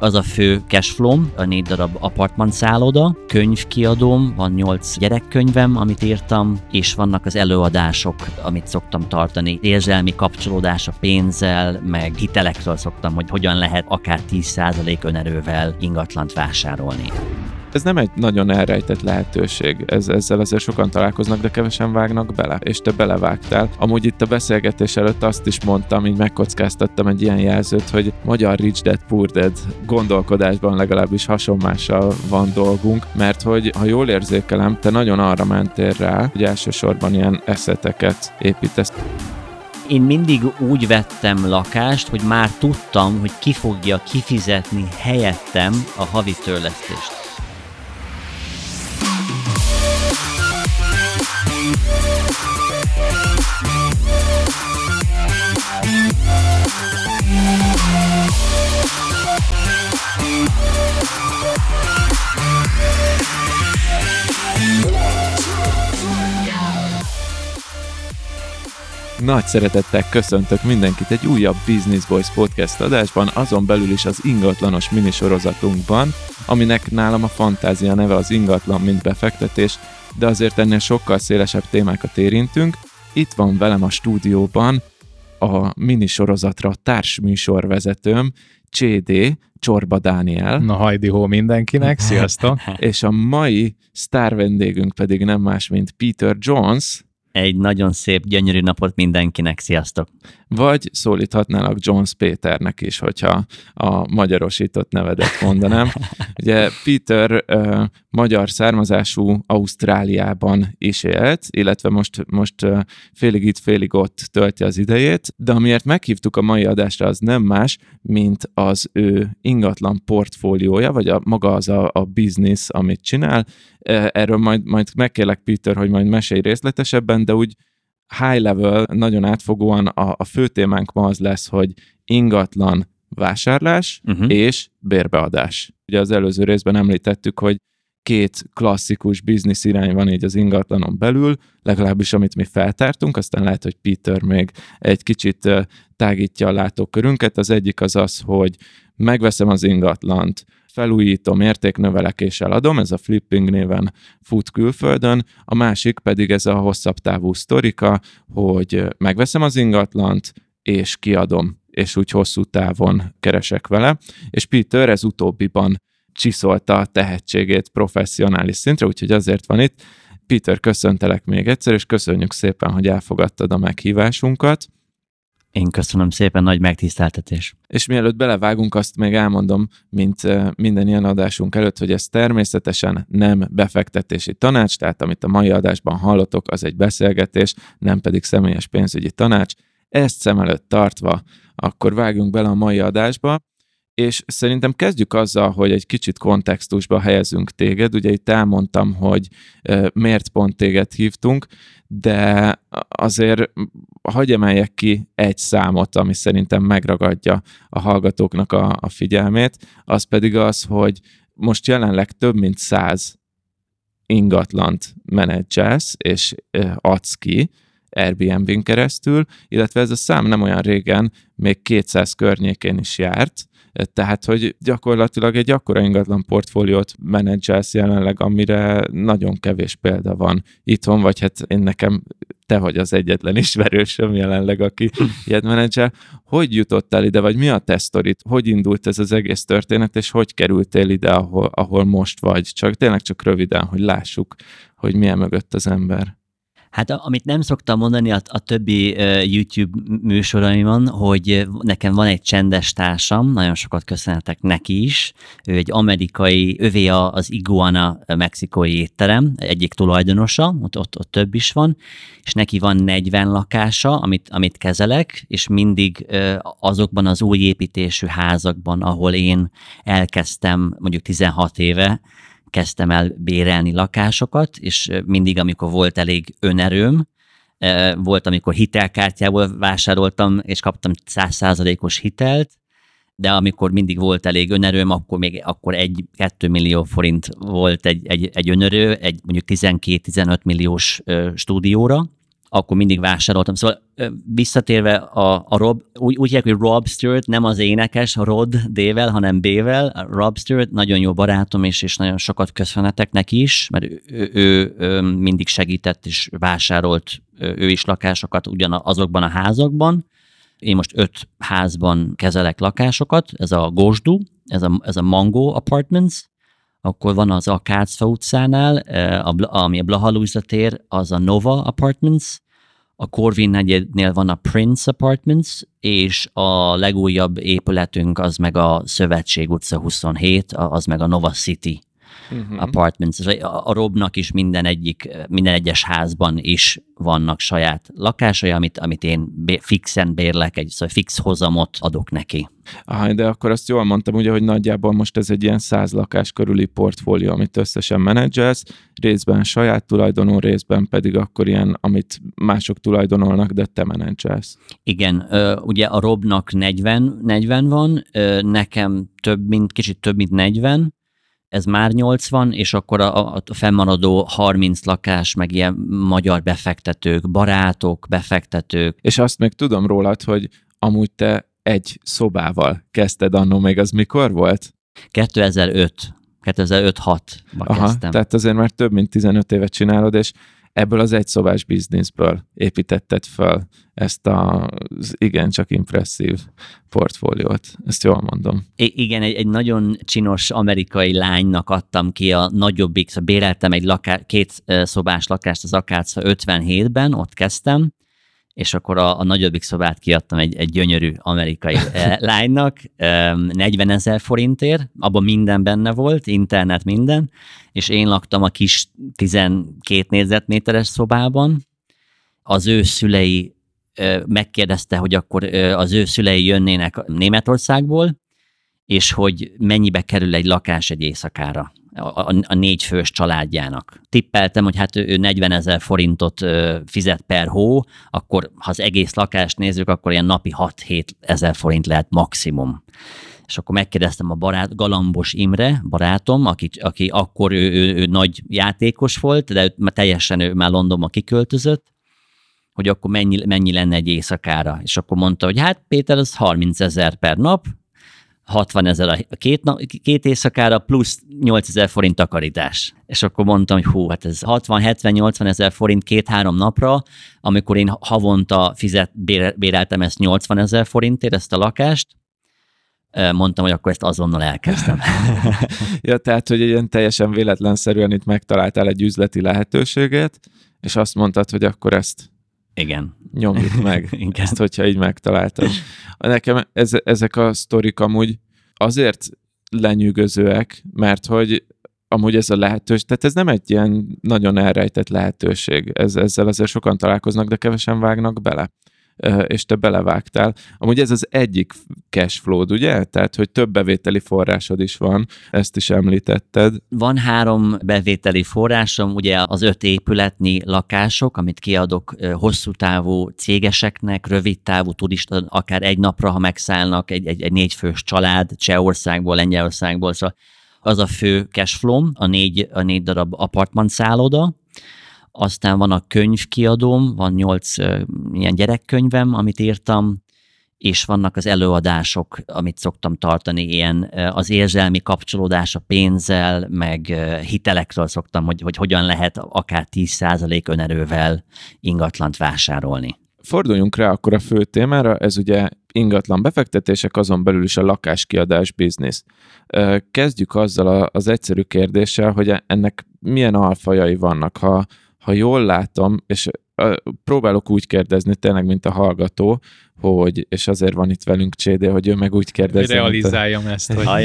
Az a fő cashflow, a 4 darab apartman szálloda, könyvkiadóm, van 8 gyerekkönyvem, amit írtam, és vannak az előadások, amit szoktam tartani. Érzelmi kapcsolódás a pénzzel, meg hitelekről szoktam, hogy hogyan lehet akár 10% önerővel ingatlant vásárolni. Ez nem egy nagyon elrejtett lehetőség, ezzel azért sokan találkoznak, de kevesen vágnak bele, és te belevágtál. Amúgy itt a beszélgetés előtt azt is mondtam, így megkockáztattam egy ilyen jelzőt, hogy magyar Rich Dad Poor Dad gondolkodásban legalábbis hasonlással van dolgunk, mert hogy ha jól érzékelem, te nagyon arra mentél rá, hogy elsősorban ilyen eszeteket építesz. Én mindig úgy vettem lakást, hogy már tudtam, hogy ki fogja kifizetni helyettem a havi törlesztést. Nagy szeretettel köszöntök mindenkit egy újabb Business Boys podcast adásban, azon belül is az ingatlanos minisorozatunkban, aminek nálam a fantázia neve az ingatlan, mint befektetés, de azért ennél sokkal szélesebb témákat érintünk. Itt van velem a stúdióban a minisorozatra társműsorvezetőm, CD, Csorba Dániel. Na hajdi hó mindenkinek, sziasztok! És a mai sztár vendégünk pedig nem más, mint Peter Jones. Egy nagyon szép, gyönyörű napot mindenkinek, sziasztok! Vagy szólíthatnálak Jones Péternek is, hogyha a magyarosított nevedet mondanám. Ugye Peter magyar származású, Ausztráliában is élt, illetve most félig itt, félig ott tölti az idejét, de amiért meghívtuk a mai adásra, az nem más, mint az ő ingatlan portfóliója, vagy maga az a business, amit csinál. Erről majd megkérlek, Peter, hogy majd mesélj részletesebben, de úgy high level, nagyon átfogóan a fő témánk ma az lesz, hogy ingatlan vásárlás és bérbeadás. Ugye az előző részben említettük, hogy két klasszikus biznisz irány van így az ingatlanon belül, legalábbis amit mi feltártunk, aztán lehet, hogy Peter még egy kicsit tágítja a látókörünket. Az egyik az, hogy megveszem az ingatlant, felújítom, értéknövelek és eladom, ez a flipping néven fut külföldön, a másik pedig ez a hosszabb távú sztorika, hogy megveszem az ingatlant és kiadom, és úgy hosszú távon keresek vele, és Peter ez utóbbiban csiszolta a tehetségét professzionális szintre, úgyhogy azért van itt. Peter, köszöntelek még egyszer, és köszönjük szépen, hogy elfogadtad a meghívásunkat. Én köszönöm szépen, nagy megtiszteltetés. És mielőtt belevágunk, azt még elmondom, mint minden ilyen adásunk előtt, hogy ez természetesen nem befektetési tanács, tehát amit a mai adásban hallotok, az egy beszélgetés, nem pedig személyes pénzügyi tanács. Ezt szem előtt tartva, akkor vágjunk bele a mai adásba, és szerintem kezdjük azzal, hogy egy kicsit kontextusba helyezünk téged. Ugye itt elmondtam, hogy miért pont téged hívtunk, de azért hagyj emeljek ki egy számot, ami szerintem megragadja a hallgatóknak a figyelmét, az pedig az, hogy most jelenleg több mint 100 ingatlant menedzselsz és adsz ki Airbnb-n keresztül, illetve ez a szám nem olyan régen még 200 környékén is járt, tehát, hogy gyakorlatilag egy akkora ingatlan portfóliót menedzselsz jelenleg, amire nagyon kevés példa van itthon, vagy hát nekem te vagy az egyetlen ismerősöm jelenleg, aki ilyet menedzsel. Hogy jutottál ide, vagy mi a te sztorid? Hogy indult ez az egész történet, és hogy kerültél ide, ahol most vagy? Tényleg csak röviden, hogy lássuk, hogy milyen mögött az ember. Hát amit nem szoktam mondani a többi YouTube műsoraimon, hogy nekem van egy csendes társam, nagyon sokat köszönhetek neki is. Ő egy amerikai, övé az Iguana mexikói étterem, egyik tulajdonosa, ott több is van, és neki van 40 lakása, amit kezelek, és mindig azokban az új építésű házakban, ahol én elkezdtem mondjuk 16 éve, kezdtem el bérelni lakásokat, és mindig, amikor volt elég önerőm, volt, amikor hitelkártyából vásároltam, és kaptam 100%-os hitelt, de amikor mindig volt elég önerőm, akkor 1-2 millió forint volt egy önerő, egy mondjuk 12-15 milliós stúdióra, akkor mindig vásároltam. Szóval visszatérve a Rob, úgy hívják, hogy Rob Stewart, nem az énekes, Rod D-vel, hanem B-vel. Rob Stewart nagyon jó barátom, és nagyon sokat köszönhetek neki is, mert ő mindig segített és vásárolt ő is lakásokat ugyanazokban a házakban. Én most 5 házban kezelek lakásokat, ez a Gosdu, ez a Mango Apartments, akkor van az Akácfa utcánál, ami a Blaha Lujza tér, az a Nova Apartments, a Corvin negyednél van a Prince Apartments, és a legújabb épületünk az meg a Szövetség utca 27, az meg a Nova City Apartments. A Robnak is minden egyes házban is vannak saját lakásai, amit én fixen bérlek, szóval fix hozamot adok neki. De akkor azt jól mondtam, ugye, hogy nagyjából most ez egy ilyen 100 lakás körüli portfólió, amit összesen menedzselsz, részben saját tulajdonú, részben pedig akkor ilyen, amit mások tulajdonolnak, de te menedzselsz. Igen, ugye a Robnak 40 van, nekem kicsit több mint 40, ez már 80, és akkor a fennmaradó 30 lakás, meg ilyen magyar befektetők, barátok, befektetők. És azt még tudom rólad, hogy amúgy te egy szobával kezdted annó, még az mikor volt? 2005-6-ban kezdtem. Tehát azért már több mint 15 évet csinálod, és ebből az egyszobás bizniszből építetted fel ezt az igencsak impresszív portfóliót. Ezt jól mondom. Igen, egy nagyon csinos amerikai lánynak adtam ki a nagyobbik, szóval béreltem egy 2 szobás lakást az Akácfa 57-ben, ott kezdtem, és akkor a nagyobbik szobát kiadtam egy gyönyörű amerikai lánynak, 40 000 forintért, abban minden benne volt, internet minden, és én laktam a kis 12 négyzetméteres szobában. Az ő szülei megkérdezte, hogy akkor az ő szülei jönnének Németországból, és hogy mennyibe kerül egy lakás egy éjszakára a 4 fős családjának. Tippeltem, hogy hát ő 40 000 forintot fizet per hó, akkor ha az egész lakást nézzük, akkor ilyen napi 6-7 000 forint lehet maximum. És akkor megkérdeztem a Galambos Imre barátom, aki akkor ő nagy játékos volt, de teljesen ő már Londonba kiköltözött, hogy akkor mennyi lenne egy éjszakára. És akkor mondta, hogy hát Péter, az 30 000 per nap, 60 000 a két éjszakára, plusz 8 000 forint takarítás. És akkor mondtam, hogy hát ez 60-70-80 000 forint 2-3 napra, amikor én havonta béreltem ezt 80 000 forintért, ezt a lakást, mondtam, hogy akkor ezt azonnal elkezdtem. Ja, tehát, hogy ilyen teljesen véletlenszerűen itt megtaláltál egy üzleti lehetőséget, és azt mondtad, hogy akkor ezt igen. Nyomjuk meg ezt, hogyha így megtaláltad. Nekem ezek a sztorik amúgy azért lenyűgözőek, mert hogy amúgy ez a lehetőség, tehát ez nem egy ilyen nagyon elrejtett lehetőség. Ezzel azért sokan találkoznak, de kevesen vágnak bele. És te belevágtál. Amúgy ez az egyik cashflow-d, ugye? Tehát, hogy több bevételi forrásod is van, ezt is említetted. Van 3 bevételi forrásom, ugye az 5 épületnyi lakások, amit kiadok hosszú távú cégeseknek, rövid távú turista, akár egy napra, ha megszállnak egy 4 fős család, Csehországból, Lengyelországból, szóval az a fő cashflow, a 4 darab apartman szálloda. Aztán van a könyvkiadóm, van 8 ilyen gyerekkönyvem, amit írtam, és vannak az előadások, amit szoktam tartani, ilyen az érzelmi kapcsolódás a pénzzel, meg hitelekről szoktam, hogy hogyan lehet akár 10% önerővel ingatlant vásárolni. Forduljunk rá akkor a fő témára, ez ugye ingatlan befektetések, azon belül is a lakáskiadás biznisz. Kezdjük azzal az egyszerű kérdéssel, hogy ennek milyen alfajai vannak. Ha jól látom, és próbálok úgy kérdezni tényleg, mint a hallgató, hogy, és azért van itt velünk CD, hogy ő meg úgy kérdezi. Realizáljam ezt, hogy...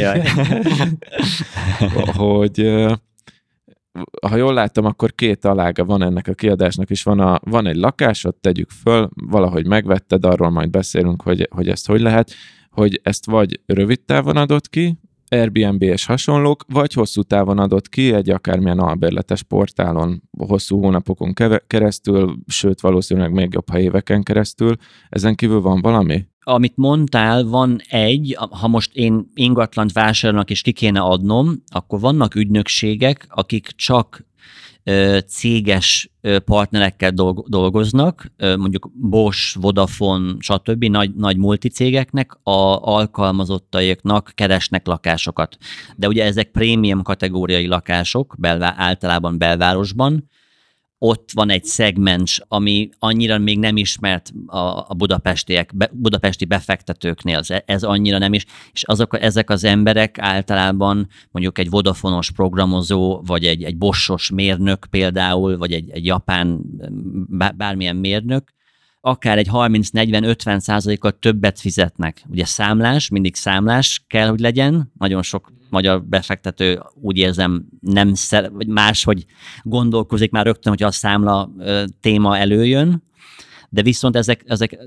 hogy ha jól láttam, akkor 2 alága van ennek a kiadásnak is. Van egy lakásod, tegyük föl, valahogy megvetted, arról majd beszélünk, hogy ezt hogy lehet, hogy ezt vagy rövid távon adott ki, Airbnb és hasonlók, vagy hosszú távon adott ki egy akármilyen albérletes portálon hosszú hónapokon keresztül, sőt valószínűleg még jobb, ha éveken keresztül. Ezen kívül van valami? Amit mondtál, van egy, ha most én ingatlant vásárolnak és ki kéne adnom, akkor vannak ügynökségek, akik csak céges partnerekkel dolgoznak, mondjuk Bosch, Vodafone, stb. Nagy multicégeknek, a alkalmazottaiknak keresnek lakásokat. De ugye ezek prémium kategóriai lakások, általában belvárosban. Ott van egy szegmens, ami annyira még nem ismert a budapesti befektetőknél. Ez annyira nem is. És ezek az emberek általában mondjuk egy Vodafonos programozó, vagy egy Boschos mérnök például, vagy egy japán bármilyen mérnök, akár egy 30-40-50%-kal többet fizetnek. Ugye mindig számlás kell, hogy legyen. Nagyon sok magyar befektető úgy érzem vagy máshogy gondolkozik már rögtön, hogy a számla téma előjön, de viszont ezek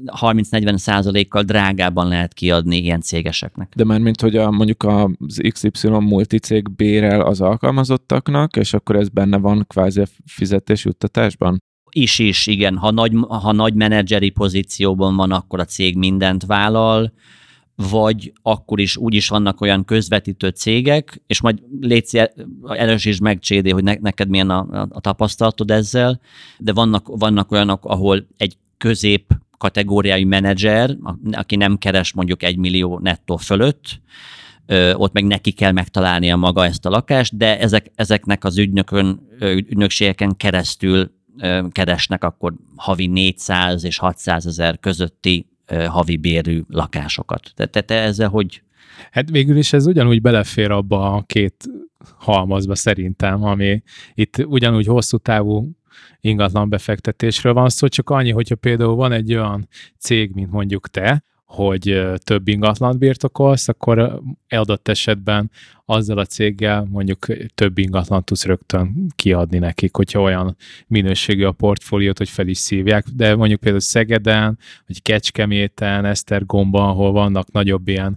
30-40%-kal drágában lehet kiadni ilyen cégeseknek. De már mint hogy mondjuk az XY multicég bérel az alkalmazottaknak, és akkor ez benne van kvázi fizetésjuttatásban? Is, igen. Ha nagy menedzseri pozícióban van, akkor a cég mindent vállal, vagy akkor is úgyis vannak olyan közvetítő cégek, és majd erősítsd meg, CD, hogy neked milyen a tapasztalatod ezzel, de vannak olyanok, ahol egy közép kategóriájú menedzser, aki nem keres mondjuk 1 millió nettó fölött, ott meg neki kell megtalálnia maga ezt a lakást, de ezeknek az ügynökségeken keresztül keresnek akkor havi 400 és 600 ezer közötti havi bérű lakásokat. Te ezzel hogy? Hát végül is ez ugyanúgy belefér abba a két halmazba szerintem, ami itt ugyanúgy hosszú távú ingatlan befektetésről van szó, csak annyi, hogyha például van egy olyan cég, mint mondjuk te, hogy több ingatlant birtokolsz, akkor adott esetben azzal a céggel mondjuk több ingatlant tudsz rögtön kiadni nekik, hogyha olyan minőségű a portfóliót, hogy fel is szívják, de mondjuk például Szegeden, vagy Kecskeméten, Esztergomban, ahol vannak nagyobb ilyen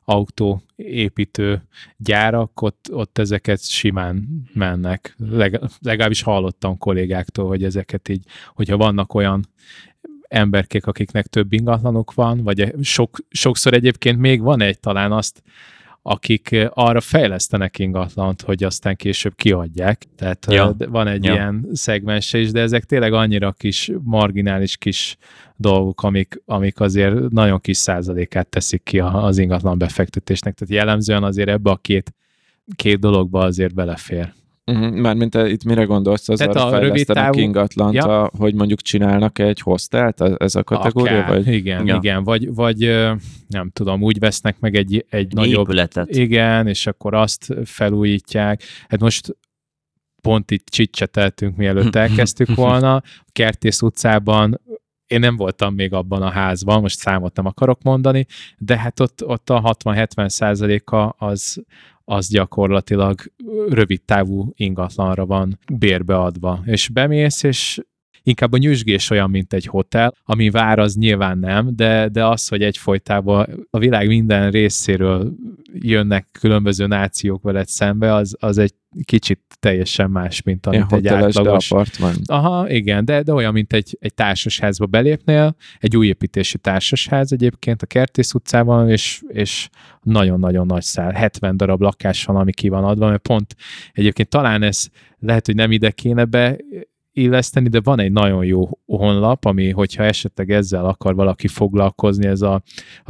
autóépítő gyárak, ott ezeket simán mennek. Legalábbis hallottam kollégáktól, hogy ezeket így, hogyha vannak olyan emberkék, akiknek több ingatlanok van, vagy sokszor egyébként még van talán azt, akik arra fejlesztenek ingatlant, hogy aztán később kiadják. Tehát van egy ilyen szegmense is, de ezek tényleg annyira kis, marginális kis dolgok, amik azért nagyon kis százalékát teszik ki az ingatlan befektetésnek. Tehát jellemzően azért ebbe a két dologba azért belefér. Mármint itt mire gondolsz, az arra fejlesztenek ingatlant, hogy mondjuk csinálnak egy hostelt, ez a kategória? Akár, vagy? Igen, vagy nem tudom, úgy vesznek meg egy nagyobb épületet. Igen, és akkor azt felújítják. Hát most pont itt csicseteltünk, mielőtt elkezdtük volna. A Kertész utcában én nem voltam még abban a házban, most számot nem akarok mondani, de hát ott a 60-70%-a az gyakorlatilag rövid távú ingatlanra van bérbeadva. És bemész, és inkább a nyüzsgés olyan, mint egy hotel, ami vár, az nyilván nem, de az, hogy egyfolytában a világ minden részéről jönnek különböző nációk veled szembe, az egy kicsit teljesen más, mint amit egy átlagos apartman. Aha, igen, de olyan, mint egy társasházba belépnél, egy újépítési társasház egyébként a Kertész utcában, és nagyon-nagyon nagy szál, 70 darab lakás van, ami ki van adva, mert pont egyébként talán ez lehet, hogy nem ide kéne beilleszteni, de van egy nagyon jó honlap, ami, hogyha esetleg ezzel akar valaki foglalkozni, ez a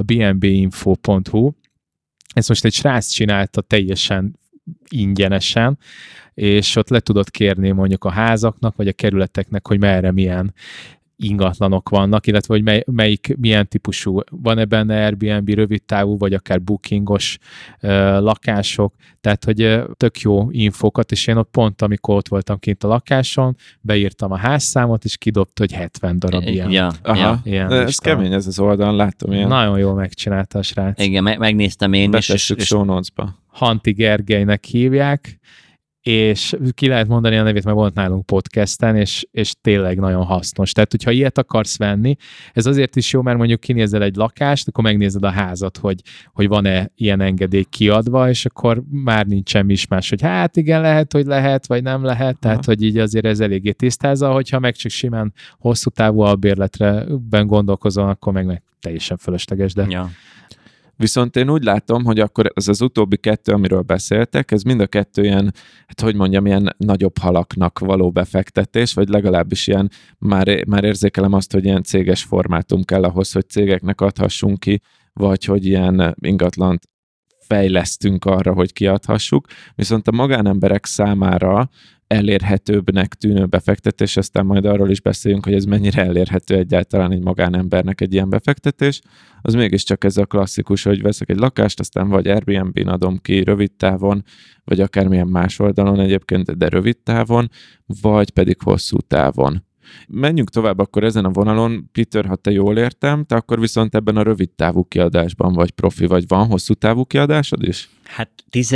bnbinfo.hu. Ezt most egy srác csinálta teljesen ingyenesen, és ott le tudod kérni mondjuk a házaknak, vagy a kerületeknek, hogy merre milyen ingatlanok vannak, illetve hogy milyen típusú, van-e benne Airbnb rövidtávú, vagy akár bookingos lakások, tehát hogy tök jó infokat, és én ott pont, amikor ott voltam kint a lakáson, beírtam a házszámot, és kidobta, hogy 70 darab ilyen. Ilyen ez kemény, ez az oldalon, látom ilyen. Nagyon jól megcsinálta a srác. Igen, megnéztem én is. Betesszük show notes-ba. Hanti Gergelynek hívják, és ki lehet mondani a nevét, mert volt nálunk podcasten, és tényleg nagyon hasznos. Tehát, hogyha ilyet akarsz venni, ez azért is jó, mert mondjuk kinézel egy lakást, akkor megnézed a házat, hogy van-e ilyen engedély kiadva, és akkor már nincs semmi más, hogy hát igen, lehet, hogy lehet, vagy nem lehet, tehát, hogy így azért ez eléggé tisztázza, hogyha meg csak simán hosszú távú albérletben gondolkozol, akkor meg teljesen fölösleges, de... Ja. Viszont én úgy látom, hogy akkor ez az utóbbi kettő, amiről beszéltek, ez mind a kettő ilyen, ilyen nagyobb halaknak való befektetés, vagy legalábbis ilyen, már érzékelem azt, hogy ilyen céges formátum kell ahhoz, hogy cégeknek adhassunk ki, vagy hogy ilyen ingatlant fejlesztünk arra, hogy kiadhassuk. Viszont a magánemberek számára elérhetőbbnek tűnő befektetés, aztán majd arról is beszéljünk, hogy ez mennyire elérhető egyáltalán egy magánembernek egy ilyen befektetés, az mégiscsak ez a klasszikus, hogy veszek egy lakást, aztán vagy Airbnb-n adom ki rövid távon, vagy akármilyen más oldalon egyébként, de rövid távon, vagy pedig hosszú távon. Menjünk tovább akkor ezen a vonalon. Peter, ha te jól értem, te akkor viszont ebben a rövid távú kiadásban vagy profi, vagy van hosszú távú kiadásod is? Hát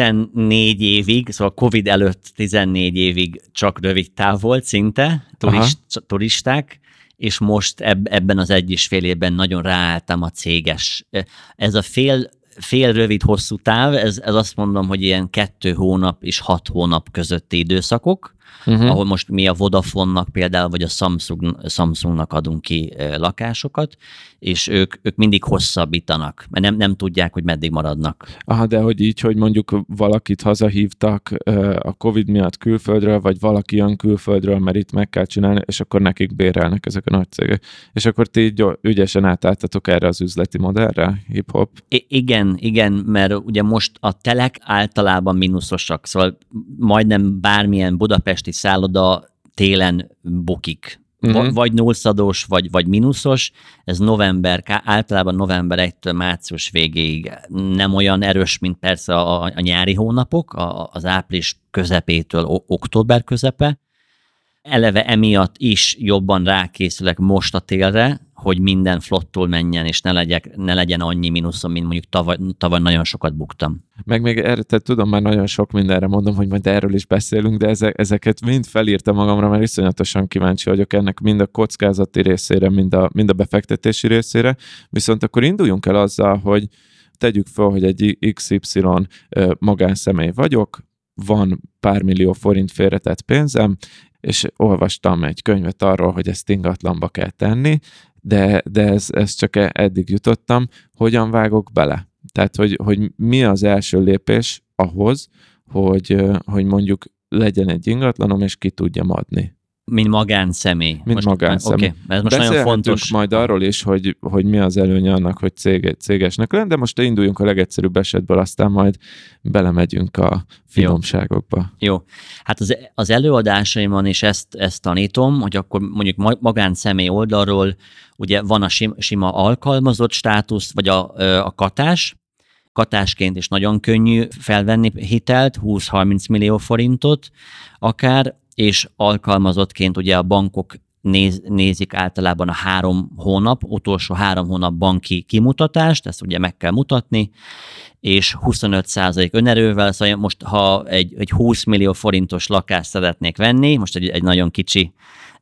14 évig, szóval Covid előtt 14 évig csak rövid táv volt szinte, turisták, és most ebben az 1,5 évben nagyon ráálltam a céges. Ez a fél rövid hosszú táv, ez azt mondom, hogy ilyen 2 hónap és 6 hónap közötti időszakok, ahol most mi a Vodafone-nak például, vagy a Samsungnak adunk ki lakásokat, és ők mindig hosszabbítanak, mert nem tudják, hogy meddig maradnak. Aha, de hogy így, hogy mondjuk valakit hazahívtak a Covid miatt külföldről, vagy valaki jön külföldről, mert itt meg kell csinálni, és akkor nekik bérelnek ezek a nagy cégek. És akkor ti így ügyesen átálltatok erre az üzleti modellre, hip-hop? Igen, mert ugye most a telek általában mínuszosak, szóval majdnem bármilyen budapesti szálloda télen bukik. Vagy nullszadós, vagy mínuszos. Ez általában november 1-től március végéig nem olyan erős, mint persze a nyári hónapok, az április közepétől október közepe. Eleve emiatt is jobban rákészülök most a télre, hogy minden flottul menjen, és ne legyen annyi mínuszom, mint mondjuk tavaly nagyon sokat buktam. Meg még erre, tehát tudom, már nagyon sok mindenre mondom, hogy majd erről is beszélünk, de ezeket mind felírtam magamra, mert iszonyatosan kíváncsi vagyok ennek mind a kockázati részére, mind a befektetési részére. Viszont akkor induljunk el azzal, hogy tegyük fel, hogy egy XY magánszemély vagyok, van pár millió forint félretett pénzem, és olvastam egy könyvet arról, hogy ezt ingatlanba kell tenni, de ez csak eddig jutottam. Hogyan vágok bele? Tehát, hogy mi az első lépés ahhoz, hogy mondjuk legyen egy ingatlanom, és ki tudjam adni? Mint magánszemély. Magánszemély. Okay. Ez most nagyon fontos. Majd arról is, hogy mi az előnye annak, hogy cégesnek lenn, de most induljunk a legegyszerűbb esetből, aztán majd belemegyünk a finomságokba. Jó. Hát az előadásaimon is ezt tanítom, hogy akkor mondjuk magánszemély oldalról ugye van a sima alkalmazott státusz, vagy a katás. Katásként is nagyon könnyű felvenni hitelt, 20-30 millió forintot akár, és alkalmazottként ugye a bankok nézik általában a 3 hónap, utolsó 3 hónap banki kimutatást, ezt ugye meg kell mutatni, és 25% önerővel, szóval most ha egy 20 millió forintos lakást szeretnék venni, most egy nagyon kicsi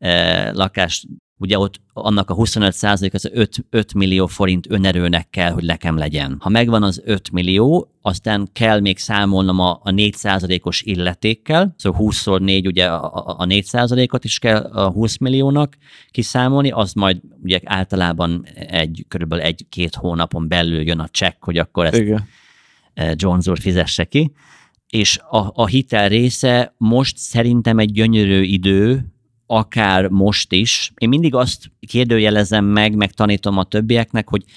lakást, ugye ott annak a 25% az 5 millió forint önerőnek kell, hogy nekem legyen. Ha megvan az 5 millió, aztán kell még számolnom a 4%-os illetékkel, szóval 20x4 ugye a 4%-ot is kell a 20 milliónak kiszámolni, az majd ugye általában körülbelül 1-2 hónapon belül jön a csekk, hogy akkor ezt Jones úr fizesse ki. És a hitel része most szerintem egy gyönyörű idő, akár most is. Én mindig azt kérdőjelezem meg tanítom a többieknek, hogy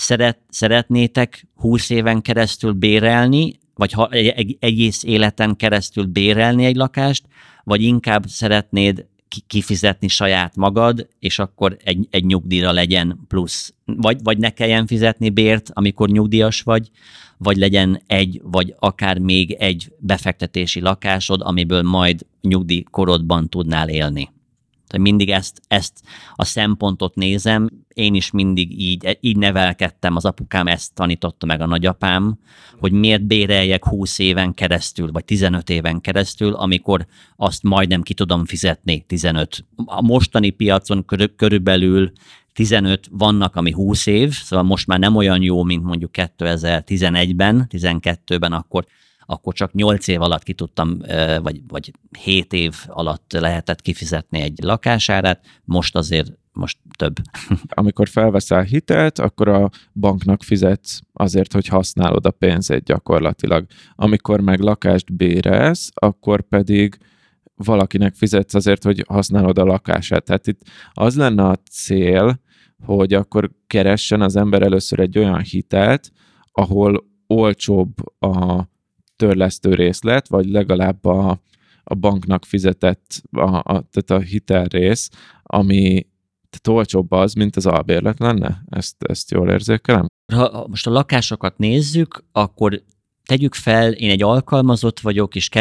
szeretnétek 20 éven keresztül bérelni, vagy egész életen keresztül bérelni egy lakást, vagy inkább szeretnéd kifizetni saját magad, és akkor egy nyugdíjra legyen plusz. Vagy ne kelljen fizetni bért, amikor nyugdíjas vagy legyen vagy akár még egy befektetési lakásod, amiből majd nyugdíjkorodban tudnál élni. Tehát mindig ezt a szempontot nézem, én is mindig így nevelkedtem, az apukám ezt tanította meg a nagyapám, hogy miért béreljek 20 éven keresztül, vagy 15 éven keresztül, amikor azt majdnem ki tudom fizetni 15. A mostani piacon körülbelül 15 vannak, ami 20 év, szóval most már nem olyan jó, mint mondjuk 2011-ben, 12-ben, akkor csak 8 év alatt ki tudtam, vagy 7 év alatt lehetett kifizetni egy lakásárát, most több. Amikor felveszel hitelt, akkor a banknak fizetsz azért, hogy használod a pénzét gyakorlatilag. Amikor meg lakást bérelsz, akkor pedig valakinek fizetsz azért, hogy használod a lakását. Tehát itt az lenne a cél, hogy akkor keressen az ember először egy olyan hitelt, ahol olcsóbb a törlesztő részlet, vagy legalább a banknak fizetett tehát a hitelrész, ami tehát olcsóbb az, mint az albérlet lenne? Ezt jól érzékelem? Ha most a lakásokat nézzük, akkor tegyük fel, én egy alkalmazott vagyok, és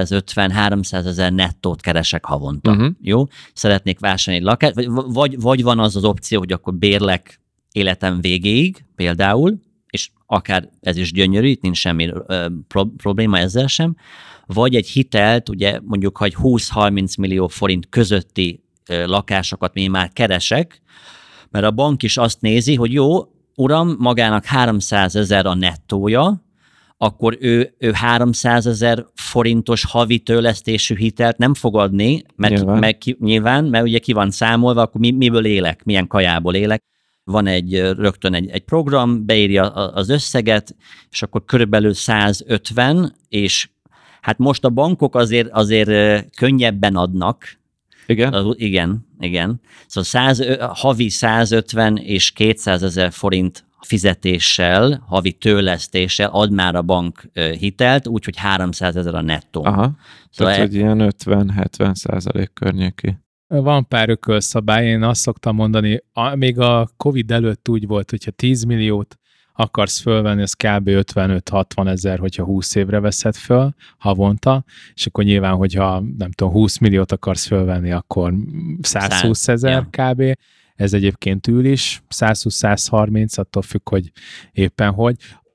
250-300 ezer nettót keresek havonta. Jó? Szeretnék vásárolni egy lakást, vagy van az opció, hogy akkor bérlek életem végéig, például, és akár ez is gyönyörű, itt nincs semmi probléma ezzel sem, vagy egy hitelt, ugye mondjuk, hogy 20-30 millió forint közötti lakásokat én már keresek, mert a bank is azt nézi, hogy jó, uram, magának 300 ezer a nettója, akkor ő 300 ezer forintos havi törlesztésű hitelt nem fog adni, nyilván, mert ugye ki van számolva, akkor miből élek, milyen kajából élek. Van rögtön egy program, beírja az összeget, és akkor körülbelül 150, és hát most a bankok azért könnyebben adnak. Igen? Igen. Szóval havi 150 és 200 ezer forint fizetéssel, havi törlesztéssel ad már a bank hitelt, úgyhogy 300 ezer a nettó. Aha, szóval tehát, hogy ilyen 50-70% környéki. Van pár ökölszabály, én azt szoktam mondani, még a Covid előtt úgy volt, hogyha 10 milliót akarsz fölvenni, az kb. 55-60 ezer, hogyha 20 évre veszed föl havonta, és akkor nyilván, hogyha nem tudom, 20 milliót akarsz fölvenni, akkor 120 ezer kb. Ez egyébként ül is, 120-130, attól függ, hogy éppen hogy.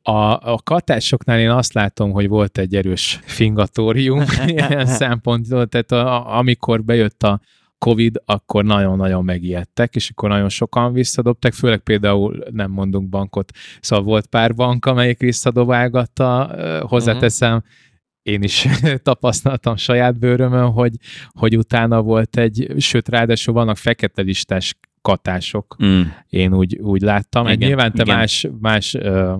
A katásoknál én azt látom, hogy volt egy erős fingatórium ilyen szempontból, tehát amikor bejött a Covid, akkor nagyon-nagyon megijedtek, és akkor nagyon sokan visszadobták, főleg például nem mondunk bankot, szóval volt pár bank, amelyik visszadobálgatta, hozzáteszem, én is tapasztaltam saját bőrömön, hogy utána volt sőt, ráadásul vannak fekete listás katások. Én úgy láttam. Igen, nyilván te más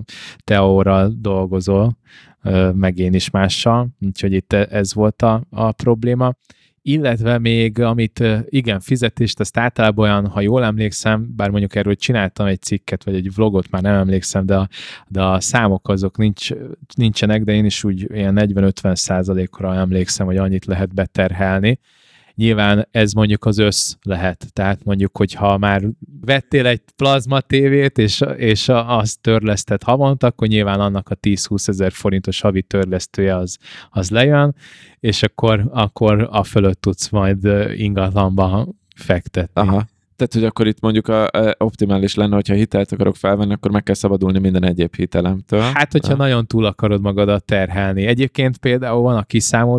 teóra dolgozol, meg én is mással, úgyhogy itt ez volt a probléma. Illetve még, amit igen, fizetést, ezt általában olyan, ha jól emlékszem, bár mondjuk erről csináltam egy cikket, vagy egy vlogot, már nem emlékszem, de a számok azok nincsenek, de én is úgy ilyen 40-50%-ra emlékszem, hogy annyit lehet beterhelni. Nyilván ez mondjuk az össz lehet. Tehát mondjuk, hogyha már vettél egy plazma tévét, és azt törleszted havonta, akkor nyilván annak a 10-20 ezer forintos havi törlesztője az lejön, és akkor a fölött tudsz majd ingatlanba fektetni. Aha. Tehát, hogy akkor itt mondjuk optimális lenne, hogyha hitelt akarok felvenni, akkor meg kell szabadulni minden egyéb hitelemtől. Hát, hogyha nagyon túl akarod magadat terhelni. Egyébként például van a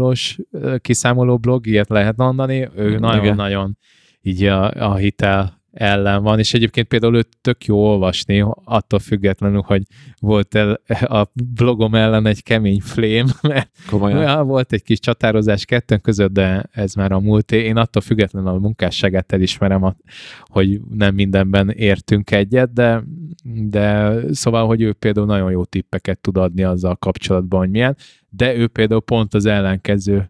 kiszámoló blog, ilyet lehet mondani, ő nagyon-nagyon így a hitel ellen van, és egyébként például őt tök jó olvasni, attól függetlenül, hogy volt a blogom ellen egy kemény flame, mert volt egy kis csatározás kettőnk között, de ez már a múlté. Én attól függetlenül a munkásságát elismerem, hogy nem mindenben értünk egyet, de szóval, hogy ő például nagyon jó tippeket tud adni azzal kapcsolatban, hogy milyen, de ő például pont az ellenkező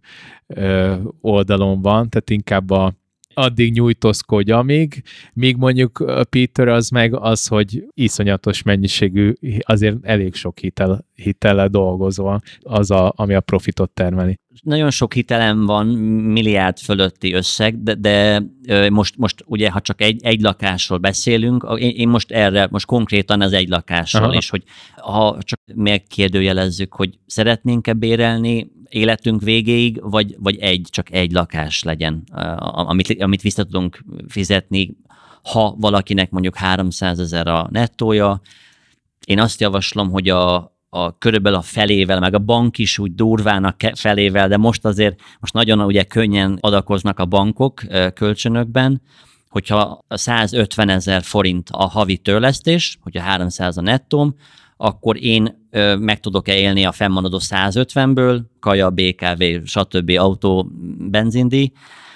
oldalon van, tehát inkább addig nyújtózkodj, míg mondjuk Peter az meg az, hogy iszonyatos mennyiségű, azért elég sok hitellel dolgozol, ami a profitot termeli. Nagyon sok hitelem van, milliárd fölötti összeg, de most ugye, ha csak egy lakásról beszélünk, én most konkrétan az egy lakásról, és hogy ha csak megkérdőjelezzük, hogy szeretnénk-e bérelni életünk végéig, vagy csak egy lakás legyen, amit vissza tudunk fizetni, ha valakinek mondjuk 300 ezer a nettója. Én azt javaslom, hogy körülbelül a felével, meg a bank is úgy durván a felével, de most nagyon ugye könnyen adakoznak a bankok kölcsönökben, hogyha 150 ezer forint a havi törlesztés, hogyha 300 a nettóm, akkor én meg tudok-e élni a fennmaradó 150-ből, kaja, BKV, stb. Autó, benzindíj,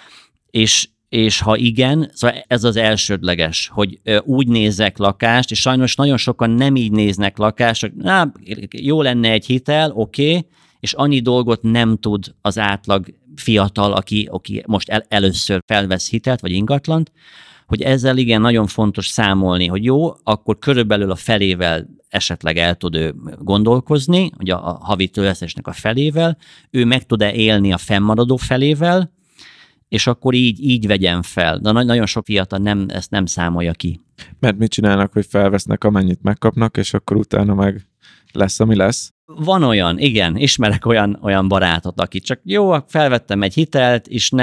és ha igen, szóval ez az elsődleges, hogy úgy nézek lakást, és sajnos nagyon sokan nem így néznek lakást, hogy jó lenne egy hitel, oké, és annyi dolgot nem tud az átlag fiatal, aki most először felvesz hitelt, vagy ingatlant, hogy ezzel igen nagyon fontos számolni, hogy jó, akkor körülbelül a felével esetleg el tud ő gondolkozni, hogy a havi tőlesztésnek a felével, ő meg tud-e élni a fennmaradó felével, és akkor így vegyen fel. De nagyon sok fiatal ezt nem számolja ki. Mert mit csinálnak, hogy felvesznek, amennyit megkapnak, és akkor utána meg lesz, ami lesz? Van olyan, igen, ismerek olyan barátot, aki csak jó, felvettem egy hitelt,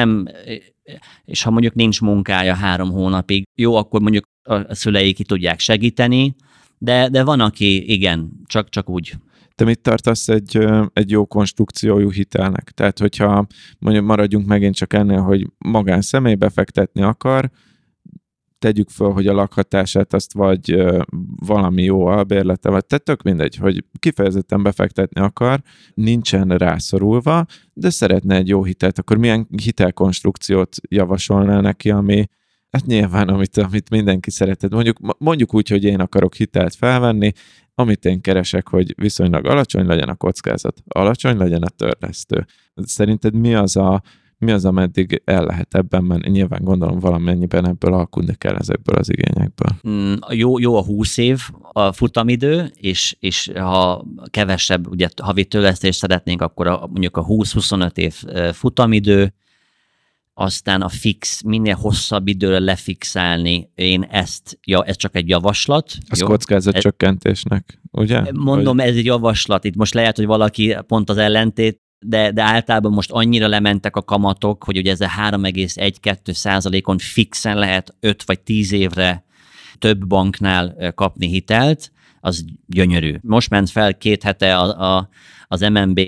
és ha mondjuk nincs munkája 3 hónapig, jó, akkor mondjuk a szülei ki tudják segíteni, de van, aki igen, csak úgy. Te mit tartasz egy jó konstrukciójú hitelnek? Tehát, hogyha mondjuk maradjunk megint csak ennél, hogy magánszemély befektetni akar, tegyük föl, hogy a lakhatását azt vagy valami jó albérlete, vagy tök mindegy, hogy kifejezetten befektetni akar, nincsen rászorulva, de szeretne egy jó hitelt, akkor milyen hitelkonstrukciót javasolnál neki, ami hát nyilván, amit mindenki szeretett. Mondjuk úgy, hogy én akarok hitelt felvenni, amit én keresek, hogy viszonylag alacsony legyen a kockázat, alacsony legyen a törlesztő. Szerinted mi az, ameddig el lehet ebben menni? Nyilván gondolom valamennyiben ebből alkudni kell ezekből az igényekből. Jó a 20 év a futamidő, és ha kevesebb ugye, havi tőlesztést szeretnénk, akkor mondjuk a 20-25 év futamidő, aztán a fix, minél hosszabb időre lefixálni, ez csak egy javaslat. Az kockázatcsökkentésnek, ugye? Mondom, ez egy javaslat. Itt most lehet, hogy valaki pont az ellentét, de általában most annyira lementek a kamatok, hogy ugye ez a 3,1-2%-on fixen lehet 5 vagy 10 évre több banknál kapni hitelt, az gyönyörű. Most ment fel 2 hete az MNB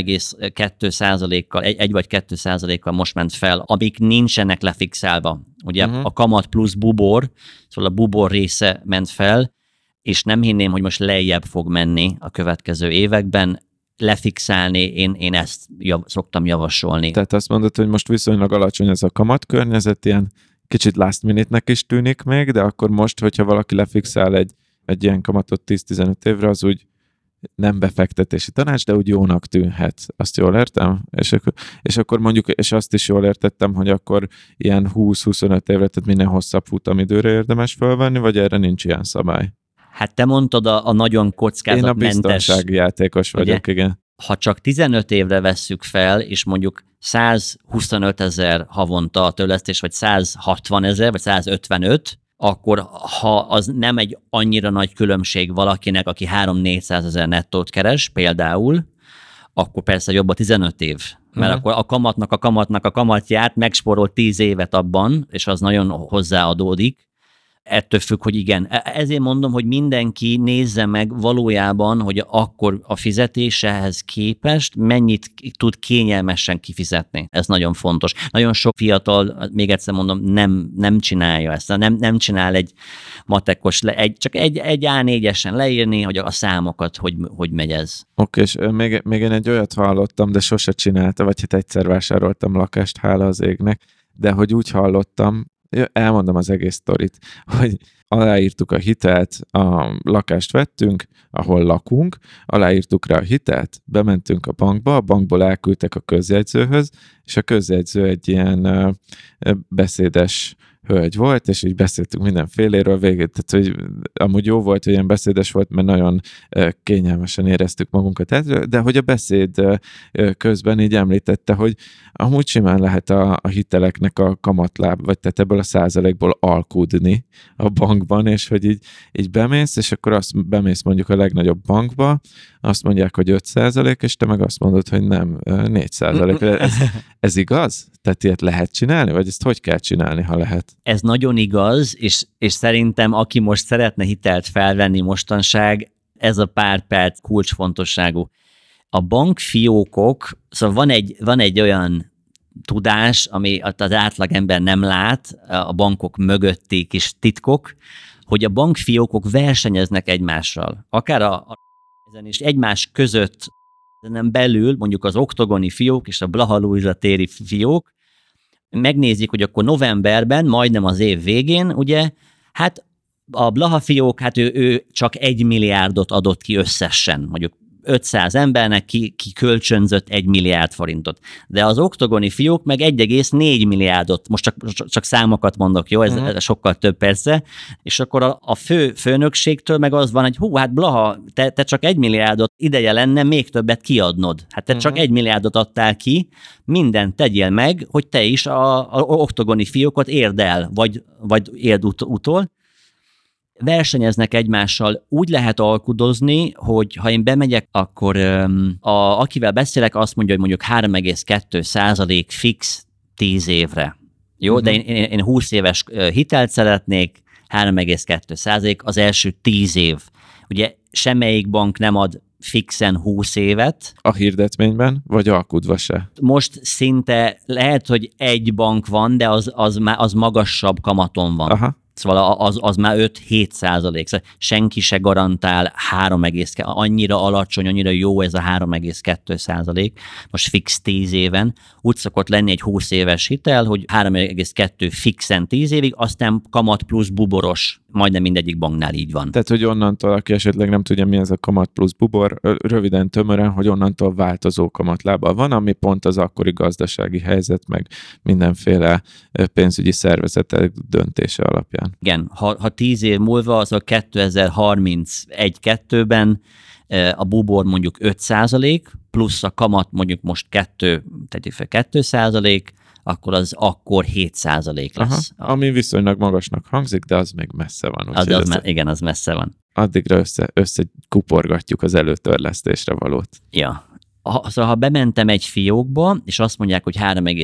0,2%-kal, 1 vagy 2%-kal most ment fel, amik nincsenek lefixálva. Ugye a kamat plusz bubor, szóval a bubor része ment fel, és nem hinném, hogy most lejjebb fog menni a következő években. Lefixálni, én ezt szoktam javasolni. Tehát azt mondod, hogy most viszonylag alacsony ez a kamatkörnyezet, ilyen kicsit last minute-nek is tűnik még, de akkor most, hogyha valaki lefixál egy ilyen kamatot 10-15 évre, az úgy nem befektetési tanács, de úgy jónak tűnhet. Azt jól értem? És akkor mondjuk, és azt is jól értettem, hogy akkor ilyen 20-25 évre, tehát minél hosszabb futamidőre érdemes felvenni, vagy erre nincs ilyen szabály? Hát te mondtad a nagyon kockázatmentes... Én a biztonsági játékos vagyok, ugye? Igen. Ha csak 15 évre vesszük fel, és mondjuk 125 000 havonta a törlesztés, vagy 160 000, vagy 155, akkor ha az nem egy annyira nagy különbség valakinek, aki 300-400 000 nettót keres például, akkor persze jobb a 15 év. Mert akkor a kamatnak a kamatját megspórol 10 évet abban, és az nagyon hozzáadódik. Ettől függ, hogy igen. Ezért mondom, hogy mindenki nézze meg valójában, hogy akkor a fizetésehez képest mennyit tud kényelmesen kifizetni. Ez nagyon fontos. Nagyon sok fiatal, még egyszer mondom, nem csinálja ezt. Nem csinál egy matekos, csak egy A4-esen leírni, hogy a számokat, hogy megy ez. Oké, és még én egy olyat hallottam, de sose csinálta, vagy hát egyszer vásároltam lakást, hála az égnek, de hogy úgy hallottam, elmondom az egész sztorit, hogy aláírtuk a hitelt, a lakást vettünk, ahol lakunk, aláírtuk rá a hitelt, bementünk a bankba, a bankból elküldtek a közjegyzőhöz, és a közjegyző egy ilyen beszédes hölgy volt, és így beszéltünk mindenféléről végét, tehát hogy amúgy jó volt, hogy ilyen beszédes volt, mert nagyon kényelmesen éreztük magunkat, de hogy a beszéd közben így említette, hogy amúgy simán lehet a hiteleknek a kamatláb, vagy tehát ebből a százalékból alkudni a bankban, és hogy így bemész, és akkor azt bemész mondjuk a legnagyobb bankba, azt mondják, hogy 5%, és te meg azt mondod, hogy nem, 4%. Ez igaz? Tehát ilyet lehet csinálni? Vagy ezt hogy kell csinálni, ha lehet? Ez nagyon igaz, és szerintem aki most szeretne hitelt felvenni mostanság, ez a pár perc kulcsfontosságú. A bankfiókok, szóval van egy olyan tudás, ami az átlagember nem lát, a bankok mögötti kis titkok, hogy a bankfiókok versenyeznek egymással. Akár ezen is egymás között, nem belül, mondjuk az oktogoni fiók és a Blaha Lujza téri fiók, megnézik, hogy akkor novemberben, majdnem az év végén, ugye, hát a Blaha fiók, hát ő csak 1 milliárdot adott ki összesen, mondjuk 500 embernek ki kölcsönzött 1 milliárd forintot. De az oktogoni fiók meg 1,4 milliárdot, most csak számokat mondok, jó, ez sokkal több persze, és akkor a főnökségtől meg az van, hogy hát Blaha, te csak 1 milliárdot ideje lenne még többet kiadnod. Hát te csak 1 milliárdot adtál ki, mindent tegyél meg, hogy te is a oktogoni fiókot érd el, vagy érd utol. Versenyeznek egymással, úgy lehet alkudozni, hogy ha én bemegyek, akkor akivel beszélek, azt mondja, hogy mondjuk 3,2% fix 10 évre. Jó, de én 20 éves hitelt szeretnék, 3,2% az első 10 év. Ugye semmelyik bank nem ad fixen 20 évet. A hirdetményben, vagy alkudva se? Most szinte lehet, hogy egy bank van, de az magasabb kamaton van. Aha. Szóval az már 5-7%. Szóval senki se garantál 3,2, annyira alacsony, annyira jó ez a 3,2%. Most fix 10 éven. Úgy szokott lenni egy 20 éves hitel, hogy 3,2 fixen 10 évig, aztán kamat plusz buboros. Majdnem mindegyik banknál így van. Tehát, hogy onnantól, aki esetleg nem tudja, mi ez a kamat plusz bubor, röviden, tömören, hogy onnantól változó kamatlábbal van, ami pont az akkori gazdasági helyzet, meg mindenféle pénzügyi szervezetek döntése alapján. Igen, ha 10 év múlva, az a 2031-2-ben a bubor mondjuk 5%, plusz a kamat mondjuk most 2%, akkor az akkor 7% lesz. Aha, ami viszonylag magasnak hangzik, de az még messze van. Igen, az messze van. Addigra összekuporgatjuk az előtörlesztésre valót. Ja. Szóval ha bementem egy fiókba, és azt mondják, hogy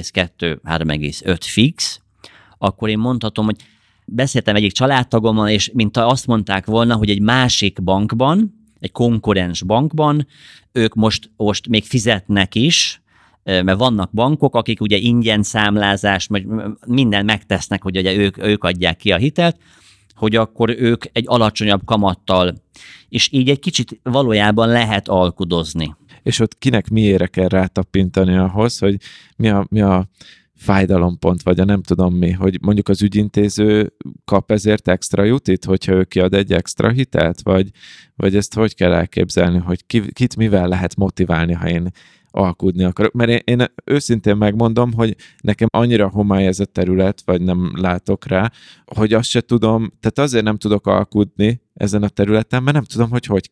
3,2-3,5 fix, akkor én mondhatom, hogy beszéltem egyik családtagommal, és mint azt mondták volna, hogy egy másik bankban, egy konkurens bankban, ők most még fizetnek is, mert vannak bankok, akik ugye ingyen számlázás, minden megtesznek, hogy ugye ők adják ki a hitelt, hogy akkor ők egy alacsonyabb kamattal, és így egy kicsit valójában lehet alkudozni. És ott kinek miére kell rátapintani ahhoz, hogy mi a fájdalompont, vagy a nem tudom mi, hogy mondjuk az ügyintéző kap ezért extra jutit, hogyha ő kiad egy extra hitelt, vagy ezt hogy kell elképzelni, hogy kit mivel lehet motiválni, ha én alkudni akarok. Mert én őszintén megmondom, hogy nekem annyira homály ez a terület, vagy nem látok rá, hogy azt se tudom, tehát azért nem tudok alkudni ezen a területen, mert nem tudom, hogy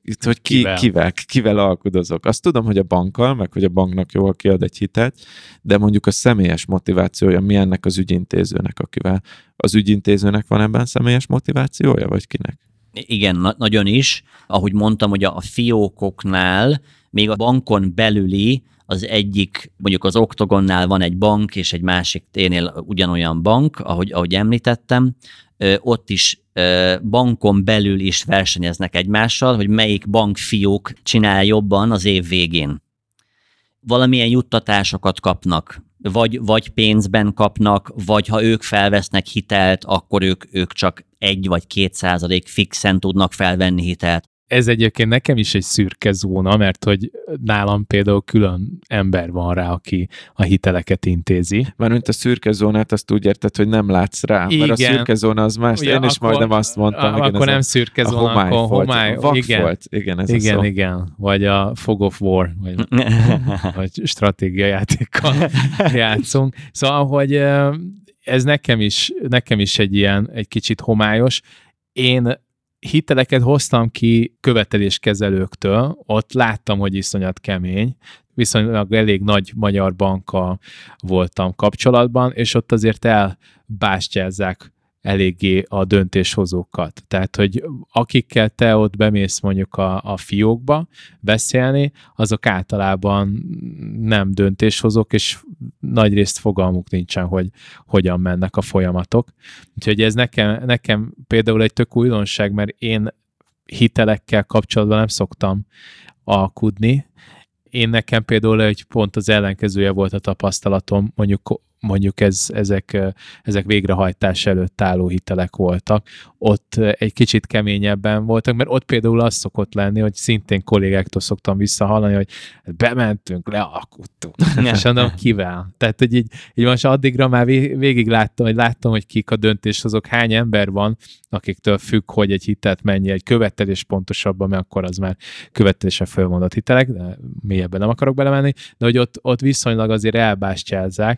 kivel alkudozok. Azt tudom, hogy a bankkal, meg hogy a banknak jól kiad egy hitelt, de mondjuk a személyes motivációja mi ennek az ügyintézőnek, akivel az ügyintézőnek van ebben személyes motivációja, vagy kinek? Igen, nagyon is. Ahogy mondtam, hogy a fiókoknál még a bankon belüli az egyik, mondjuk az Oktogonnál van egy bank, és egy másik ténél ugyanolyan bank, ahogy említettem, ott is bankon belül is versenyeznek egymással, hogy melyik bankfiók csinál jobban az év végén. Valamilyen juttatásokat kapnak, vagy pénzben kapnak, vagy ha ők felvesznek hitelt, akkor ők csak 1 vagy 2% fixen tudnak felvenni hitelt. Ez egyébként nekem is egy szürke zóna, mert hogy nálam például külön ember van rá, aki a hiteleket intézi. Mármint a szürke zónát azt úgy érted, hogy nem látsz rá, igen. Mert a szürke zóna az más. Ugye, én is majdnem azt mondtam. Akkor igen, nem szürke zóna, akkor homály. Vakfolt, igen, ez a szó. Igen. Vagy a Fog of War, vagy stratégiajátékkal játszunk. Szóval, hogy ez nekem is egy kicsit homályos. Én hiteleket hoztam ki követeléskezelőktől, ott láttam, hogy iszonyat kemény, viszonylag elég nagy magyar bankkal voltam kapcsolatban, és ott azért elbástyázzák eléggé a döntéshozókat. Tehát, hogy akikkel te ott bemész mondjuk a fiókba beszélni, azok általában nem döntéshozók, és nagyrészt fogalmuk nincsen, hogy hogyan mennek a folyamatok. Úgyhogy ez nekem például egy tök újdonság, mert én hitelekkel kapcsolatban nem szoktam alkudni. Én nekem például egy pont az ellenkezője volt a tapasztalatom, mondjuk mondjuk ezek végrehajtás előtt álló hitelek voltak, ott egy kicsit keményebben voltak, mert ott például az szokott lenni, hogy szintén kollégáktól szoktam visszahallani, hogy bementünk, lealkuttunk. És mondom, kivel? Tehát, hogy így most addigra már végig láttam, hogy kik a döntéshozók, hány ember van, akiktől függ, hogy egy hitelt mennyi, egy követelés pontosabban, mert akkor az már követelésen fölmondott hitelek, de mélyebben nem akarok belemenni, de hogy ott viszonylag azért elbástyázzák,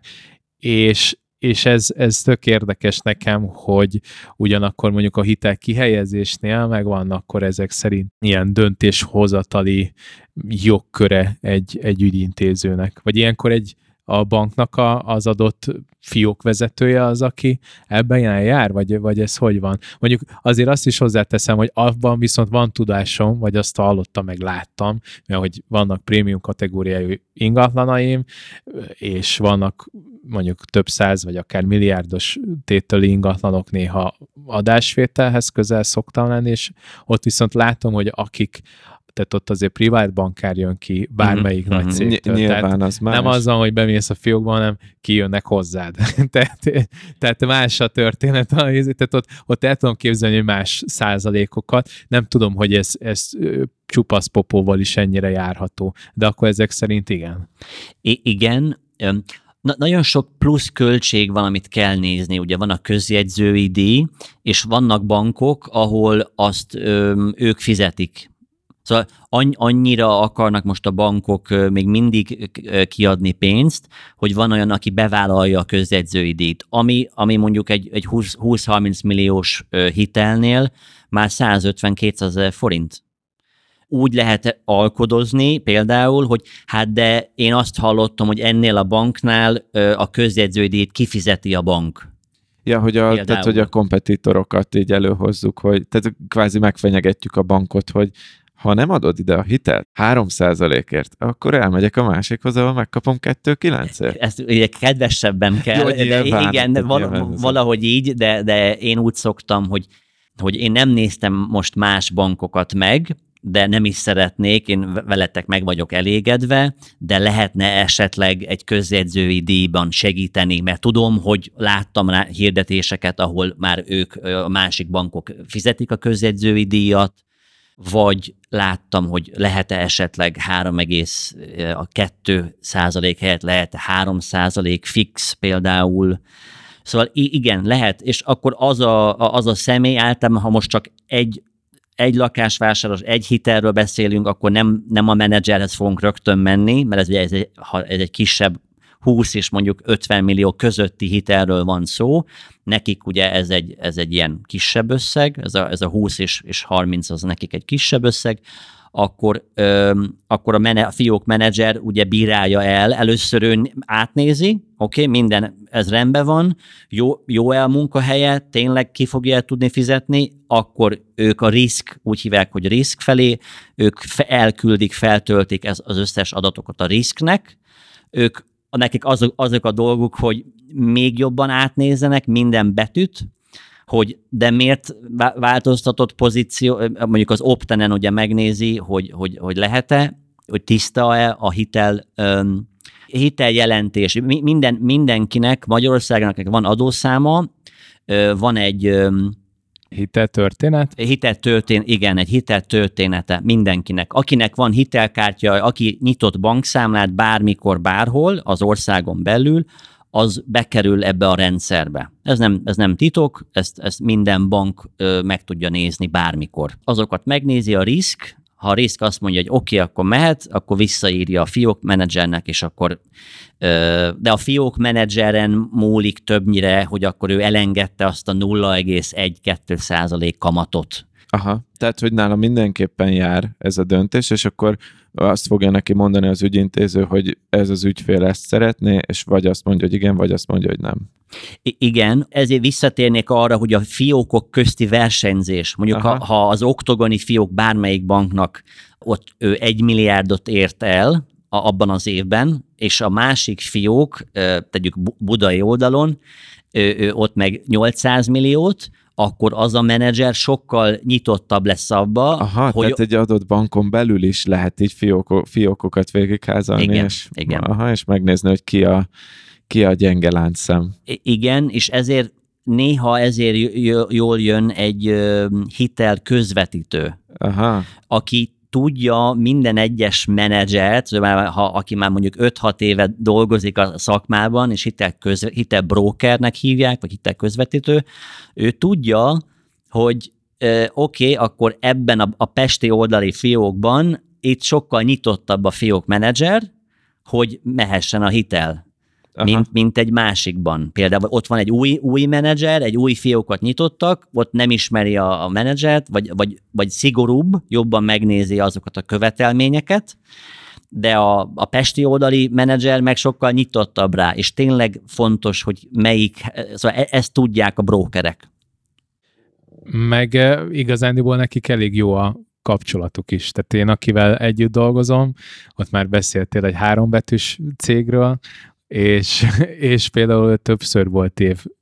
és ez tök érdekes nekem, hogy ugyanakkor mondjuk a hitel kihelyezésnél megvan akkor ezek szerint ilyen döntéshozatali jogköre egy ügyintézőnek. Vagy ilyenkor a banknak az adott fiókvezetője az, aki ebben jár, vagy ez hogy van? Mondjuk azért azt is hozzáteszem, hogy abban viszont van tudásom, vagy azt hallottam, meg láttam, mert hogy vannak prémium kategóriájú ingatlanaim, és vannak mondjuk több száz, vagy akár milliárdos tételi ingatlanok néha adásvételhez közel szoktam lenni, és ott viszont látom, hogy tehát ott azért privát bankár jön ki bármelyik nagy cégtől. Nyilván az más. Nem azzal, hogy bemész a fiókba, hanem kijönnek hozzád. tehát más a történet. Tehát ott el tudom képzelni, hogy más százalékokat. Nem tudom, hogy ez csupasz popóval is ennyire járható. De akkor ezek szerint igen. Igen. Nagyon sok plusz költség van, amit kell nézni. Ugye van a közjegyzői díj, és vannak bankok, ahol azt ők fizetik. Szóval annyira akarnak most a bankok még mindig kiadni pénzt, hogy van olyan, aki bevállalja a közjegyzői díjt, ami mondjuk egy 20-30 milliós hitelnél már 150-200 forint. Úgy lehet alkodozni például, hogy hát de én azt hallottam, hogy ennél a banknál a közjegyzői díjt kifizeti a bank. Ja, tehát, hogy a kompetitorokat így előhozzuk, hogy tehát kvázi megfenyegetjük a bankot, hogy ha nem adod ide a hitelt 3%-ért, akkor elmegyek a másikhoz, ahol megkapom 2,9-ért. Ezt ugye kedvesebben kell, jó, nyilván, igen, valahogy így, de én úgy szoktam, hogy én nem néztem most más bankokat meg, de nem is szeretnék, én veletek meg vagyok elégedve, de lehetne esetleg egy közjegyzői díjban segíteni, mert tudom, hogy láttam rá hirdetéseket, ahol már ők, a másik bankok fizetik a közjegyzői díjat, vagy láttam, hogy lehet-e esetleg 3,2% helyett lehet 3% fix például. Szóval igen, lehet, és akkor az a személy általában, ha most csak egy lakásvásárlás, egy hitelről beszélünk, akkor nem a menedzserhez fogunk rögtön menni, mert ez egy kisebb 20 és mondjuk 50 millió közötti hitelről van szó. Nekik ugye ez egy ilyen kisebb összeg, ez a 20 és 30 az nekik egy kisebb összeg, akkor a fiók menedzser ugye bírálja el, először ő átnézi, oké, minden ez rendben van, jó-e a munkahelye, tényleg ki fogja tudni fizetni, akkor ők a risk, úgy hívják, hogy risk felé, ők elküldik, feltöltik az összes adatokat a risknek, nekik azok a dolguk, hogy még jobban átnézzenek minden betűt, hogy de miért változtatott pozíció, mondjuk az Optenen ugye megnézi, hogy lehet-e, hogy tiszta-e a hiteljelentés. Mindenkinek, Magyarországnak van adószáma, van egy hiteltörténet? Igen, egy hiteltörténete mindenkinek. Akinek van hitelkártya, aki nyitott bankszámlát bármikor, bárhol az országon belül, az bekerül ebbe a rendszerbe. Ez nem titok, ezt minden bank meg tudja nézni bármikor. Azokat megnézi a risk, ha a risk azt mondja, hogy oké, akkor mehet, akkor visszaírja a fiók menedzsernek, és akkor de a fiók menedzseren múlik többnyire, hogy akkor ő elengedte azt a 0,1-2% kamatot. Aha, tehát, hogy nála mindenképpen jár ez a döntés, és akkor azt fogja neki mondani az ügyintéző, hogy ez az ügyfél ezt szeretné, és vagy azt mondja, hogy igen, vagy azt mondja, hogy nem. Igen, ezért visszatérnék arra, hogy a fiókok közti versenyzés, mondjuk ha az oktogoni fiók bármelyik banknak ott ő 1 milliárdot ért el abban az évben, és a másik fiók, tegyük budai oldalon, ő ott meg 800 milliót, akkor az a menedzser sokkal nyitottabb lesz abba. Aha, hogy tehát egy adott bankon belül is lehet így fiókokat végigházalni, igen. És megnézni, hogy ki a gyenge láncszem. Igen, és néha jól jön egy hitel közvetítő, aki tudja minden egyes menedzsert, aki már mondjuk 5-6 éve dolgozik a szakmában, és hitelbrokernek hívják, vagy hitelközvetítő, ő tudja, hogy oké, akkor ebben a pesti oldali fiókban itt sokkal nyitottabb a fiók menedzser, hogy mehessen a hitel. Mint egy másikban. Például ott van egy új menedzser, egy új fiókot nyitottak, ott nem ismeri a menedzsert, vagy szigorúbb, jobban megnézi azokat a követelményeket, de a pesti oldali menedzser meg sokkal nyitottabb rá, és tényleg fontos, hogy szóval ezt tudják a brókerek. Meg igazándiból nekik elég jó a kapcsolatuk is. Tehát én, akivel együtt dolgozom, ott már beszéltél egy 3 betűs cégről, és például többször volt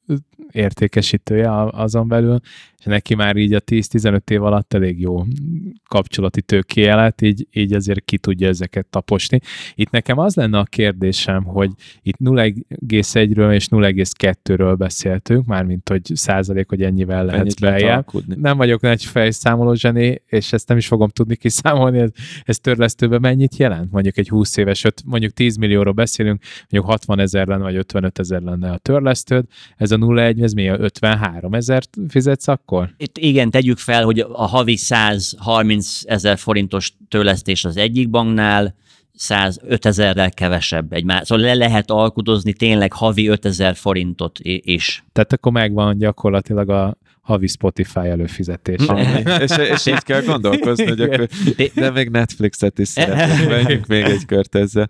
értékesítője azon belül, és neki már így a 10-15 év alatt elég jó kapcsolati tőkéje lett, így azért ki tudja ezeket taposni. Itt nekem az lenne a kérdésem, hogy itt 0,1-ről és 0,2-ről beszéltünk, mármint hogy százalék, hogy ennyivel lehetsz beljebb. Nem vagyok nagy fejszámoló zseni, és ezt nem is fogom tudni kiszámolni, ez törlesztőben mennyit jelent? Mondjuk egy 20 éves, mondjuk 10 millióról beszélünk, mondjuk 60 000 lenne, vagy 55 000 lenne a törlesztőd, ez a 0,1, ez mi, 53 000 fizetsz akkor? Itt igen, tegyük fel, hogy a havi 130 000 forintos törlesztés az egyik banknál, 105 000-rel kevesebb. Szóval le lehet alkudozni tényleg havi 5 000 forintot is. Tehát akkor megvan gyakorlatilag a havi Spotify előfizetés. és így kell gondolkozni, hogy akkor, de még Netflixet is szeretnénk, menjünk még egy kört ezzel.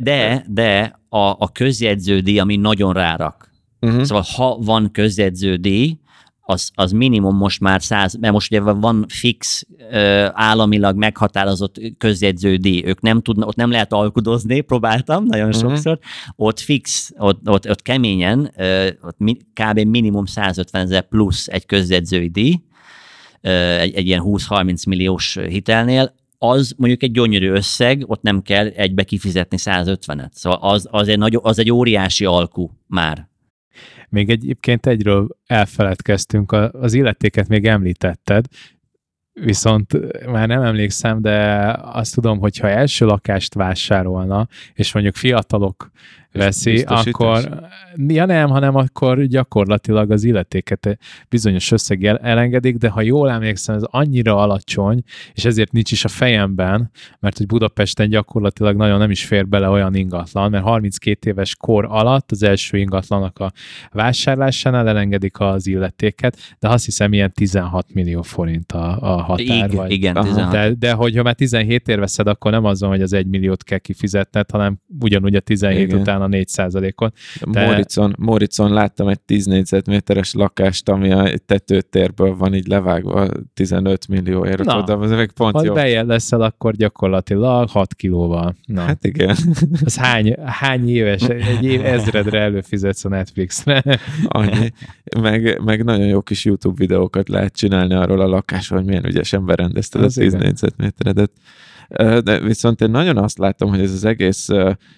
De a közjegyződíj, ami nagyon rárak. Szóval ha van közjegyződíj, az minimum most már 100, mert most ugye van fix, államilag meghatározott közjegyződíj, ott nem lehet alkudozni, próbáltam nagyon sokszor, ott fix, ott keményen, ott kb. Minimum 150 000 plusz egy közjegyződíj, egy ilyen 20-30 milliós hitelnél, az mondjuk egy gyönyörű összeg, ott nem kell egybe kifizetni 150-et. Szóval az egy óriási alku már. Még egyébként egyről elfeledkeztünk, az illetéket még említetted, viszont már nem emlékszem, de azt tudom, hogy ha első lakást vásárolna, és mondjuk fiatalok veszi, akkor hanem akkor gyakorlatilag az illetéket bizonyos összeg elengedik, de ha jól emlékszem, ez annyira alacsony, és ezért nincs is a fejemben, mert hogy Budapesten gyakorlatilag nagyon nem is fér bele olyan ingatlan, mert 32 éves kor alatt az első ingatlanak a vásárlásánál elengedik az illetéket, de azt hiszem ilyen 16 millió forint a határ. Igen, 16. De hogyha már 17 ér veszed, akkor nem azon, hogy az 1 milliót kell kifizetned, hanem ugyanúgy a 17 után a 4%-ot. Móricon láttam egy 10 négyzetméteres lakást, ami a tetőtérből van így levágva 15 millióért. De az meg pont jó. Ha bejel leszel, akkor gyakorlatilag 6 kilóval. Na. Hát igen. Az hány éves? Egy év ezredre előfizetsz a Netflixre. Annyi. Meg nagyon jó kis YouTube videókat lehet csinálni arról a lakásról, hogy milyen ügyesen berendezted a 10 négyzetméteredet. De viszont én nagyon azt látom, hogy ez az egész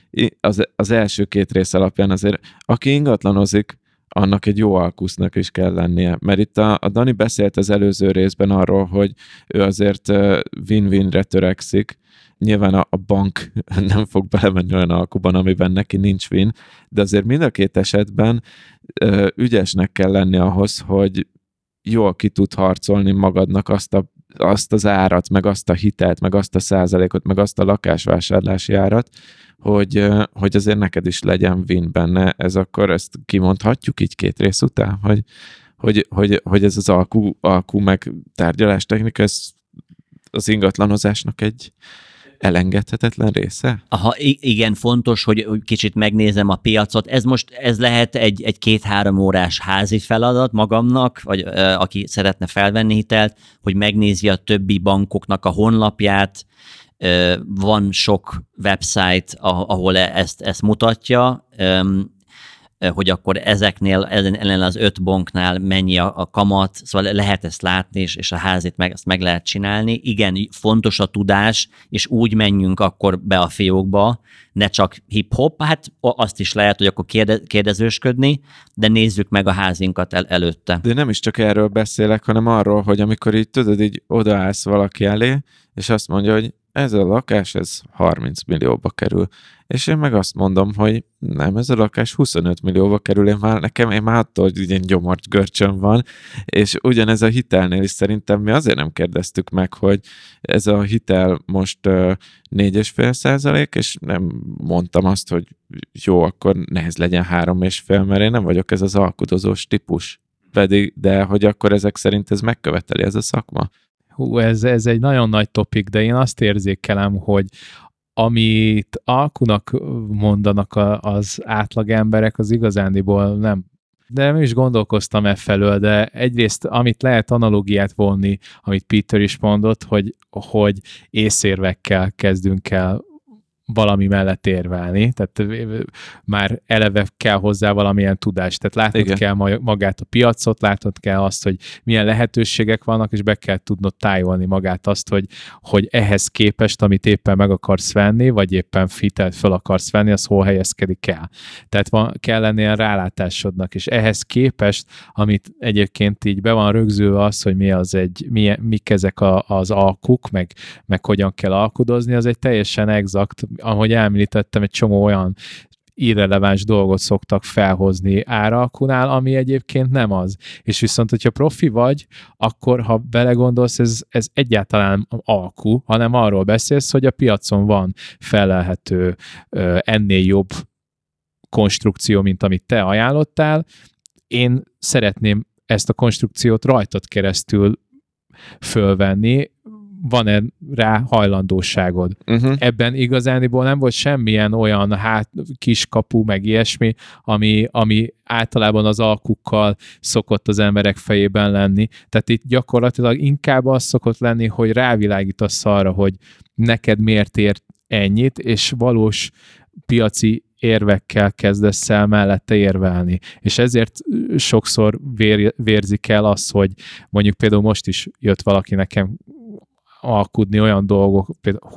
az első 2 rész alapján azért, aki ingatlanozik, annak egy jó alkusznak is kell lennie. Mert itt a Dani beszélt az előző részben arról, hogy ő azért win-winre törekszik. Nyilván a bank nem fog belemenni olyan alkuban, amiben neki nincs win, de azért mind a 2 esetben ügyesnek kell lenni ahhoz, hogy jól ki tud harcolni magadnak azt az árat, meg azt a hitelt, meg azt a százalékot, meg azt a lakásvásárlási árat, hogy azért neked is legyen win benne. Ezt kimondhatjuk így 2 rész után, hogy ez az alkú meg tárgyalás technika, ez az ingatlanozásnak egy elengedhetetlen része? Igen, fontos, hogy kicsit megnézem a piacot. Ez lehet egy 2-3 órás házi feladat magamnak, vagy aki szeretne felvenni hitelt, hogy megnézi a többi bankoknak a honlapját. Van sok website, ahol ezt mutatja. hogy akkor ellen az 5 banknál mennyi a kamat, szóval lehet ezt látni, és a házit ezt meg lehet csinálni. Igen, fontos a tudás, és úgy menjünk akkor be a fiókba, ne csak hip-hop, hát azt is lehet, hogy akkor kérdezősködni, de nézzük meg a házinkat előtte. De nem is csak erről beszélek, hanem arról, hogy amikor így tudod, így odaállsz valaki elé, és azt mondja, hogy ez a lakás, ez 30 millióba kerül. És én meg azt mondom, hogy nem, ez a lakás 25 millióba kerül, én már attól, hogy ilyen gyomorgörcsöm van, és ugyanez a hitelnél is szerintem mi azért nem kérdeztük meg, hogy ez a hitel most 4,5%, és nem mondtam azt, hogy jó, akkor nehéz legyen 3,5, mert én nem vagyok ez az alkudozós típus. De hogy akkor ezek szerint ez megköveteli ez a szakma? Ez egy nagyon nagy topik, de én azt érzékelem, hogy amit alkunak mondanak az átlag emberek, az igazándiból nem. De nem is gondolkoztam felől, de egyrészt, amit lehet analógiát vonni, amit Peter is mondott, hogy észérvekkel kezdünk el valami mellett érvelni, tehát már eleve kell hozzá valamilyen tudást, tehát látnod kell magát a piacot, látnod kell azt, hogy milyen lehetőségek vannak, és be kell tudnod tájolni magát azt, hogy ehhez képest, amit éppen meg akarsz venni, vagy éppen hitelt fel akarsz venni, az hol helyezkedik el. Tehát kell lennie a rálátásodnak, és ehhez képest, amit egyébként így be van rögzülve az, hogy mik ezek az alkuk, meg hogyan kell alkudozni, az egy teljesen exakt, ahogy említettem, egy csomó olyan irreleváns dolgot szoktak felhozni áralkunál, ami egyébként nem az. És viszont, hogyha profi vagy, akkor, ha belegondolsz, ez egyáltalán alku, hanem arról beszélsz, hogy a piacon van felelhető ennél jobb konstrukció, mint amit te ajánlottál. Én szeretném ezt a konstrukciót rajtad keresztül fölvenni, van-e rá hajlandóságod. Ebben igazániból nem volt semmilyen olyan kiskapu, meg ilyesmi, ami általában az alkukkal szokott az emberek fejében lenni. Tehát itt gyakorlatilag inkább az szokott lenni, hogy rávilágítasz arra, hogy neked miért ér ennyit, és valós piaci érvekkel kezdesz el mellette érvelni. És ezért sokszor vérzik el az, hogy mondjuk például most is jött valaki nekem alkudni olyan dolgok, például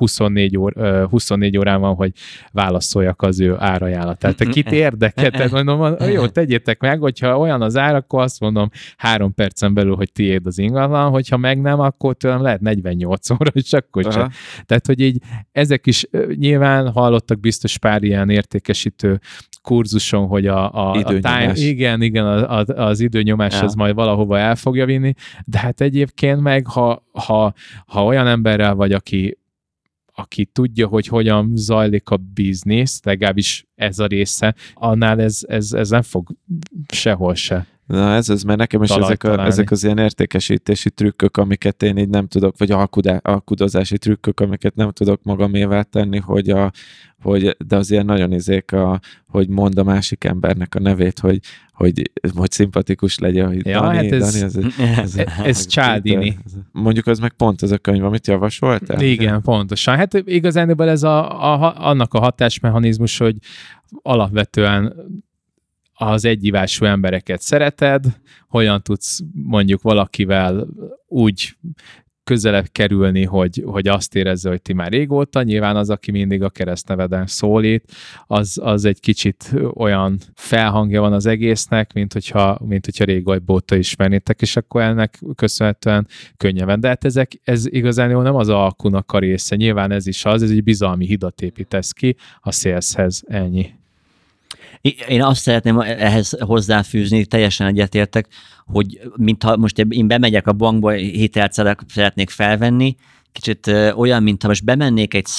24 órán van, hogy válaszoljak az ő árajánlatát. Tehát kit érdekel? Tehát mondom, jó, tegyétek meg, hogyha olyan az ár, akkor azt mondom 3 percen belül, hogy tiéd az ingatlan, hogyha meg nem, akkor tőlem lehet 48 óra, és akkor sem. Tehát, hogy így ezek is nyilván hallottak biztos pár ilyen értékesítő kurzuson, hogy a time, igen, az időnyomás az majd valahova el fogja vinni, de hát egyébként meg, ha olyan emberrel vagy, aki tudja, hogy hogyan zajlik a biznisz, legalábbis ez a része, annál ez nem fog sehol se. Na ez az, mert nekem is ezek az ilyen értékesítési trükkök, amiket én így nem tudok, vagy alkudozási trükkök, amiket nem tudok magamévá tenni, de az ilyen nagyon hogy mond a másik embernek a nevét, hogy szimpatikus legyen, hogy Dani, ez Cialdini. Mondjuk az meg pont az a könyv, amit javasoltál? Igen, pontosan. Hát igazából ez annak a hatásmechanizmus, hogy alapvetően az egyivású embereket szereted, hogyan tudsz mondjuk valakivel úgy közelebb kerülni, hogy azt érezze, hogy ti már régóta, nyilván az, aki mindig a keresztneveden szólít, az egy kicsit olyan felhangja van az egésznek, mint hogyha régóta ismernétek, és akkor ennek köszönhetően könnyebben. De hát ez igazán nem az alkunak a része, nyilván ez is ez egy bizalmi hidat építesz ki a saleshez, ennyi. Én azt szeretném ehhez hozzáfűzni, teljesen egyetértek, hogy mintha most én bemegyek a bankba, hitelt szeretnék felvenni, kicsit olyan, mintha most bemennék egy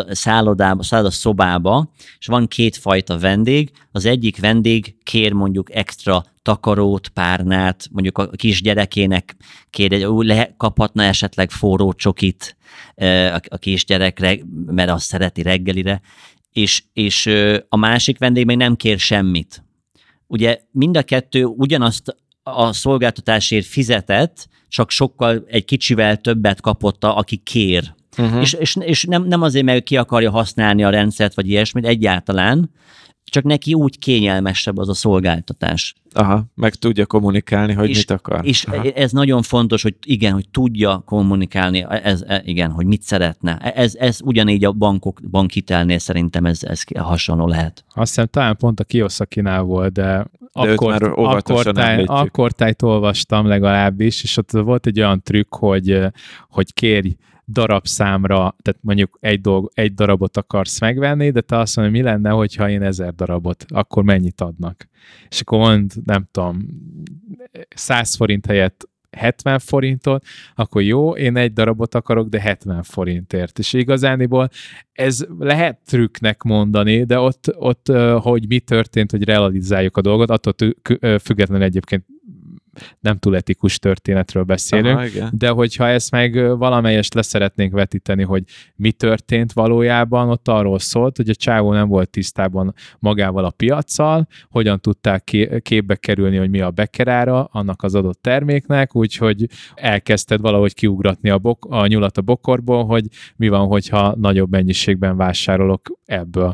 szobába, és van 2 fajta vendég, az egyik vendég kér mondjuk extra takarót, párnát, mondjuk a kisgyerekének kaphatna esetleg forró csokit a kisgyerekre, mert azt szereti reggelire, és a másik vendég még nem kér semmit. Ugye mind a kettő ugyanazt a szolgáltatásért fizetett, csak sokkal egy kicsivel többet kapott, aki kér. És nem azért, mert ki akarja használni a rendszert, vagy ilyesmit egyáltalán, csak neki úgy kényelmesebb az a szolgáltatás. Aha, meg tudja kommunikálni, hogy mit akar. És ez nagyon fontos, hogy igen, hogy tudja kommunikálni, igen, hogy mit szeretne. Ez ugyanígy a bankhitelnél szerintem ez hasonló lehet. Azt hiszem talán pont a Kiyosakinál volt, de akkor tájt olvastam legalábbis, és ott volt egy olyan trükk, hogy kérj darabszámra, tehát mondjuk egy darabot akarsz megvenni, de te azt mondod, mi lenne, hogyha én 1000 darabot, akkor mennyit adnak? És akkor mond, nem tudom, 100 forint helyett 70 forintot, akkor jó, én egy darabot akarok, de 70 forintért. És igazániból ez lehet trükknek mondani, de ott hogy mi történt, hogy realizáljuk a dolgot, attól függetlenül egyébként nem túl etikus történetről beszélünk, de hogyha ezt meg valamelyest leszeretnénk vetíteni, hogy mi történt valójában, ott arról szólt, hogy a csávó nem volt tisztában magával a piaccal, hogyan tudták képbe kerülni, hogy mi a bekerára annak az adott terméknek, úgyhogy elkezdted valahogy kiugratni a nyulat a bokorból, hogy mi van, hogyha nagyobb mennyiségben vásárolok ebből.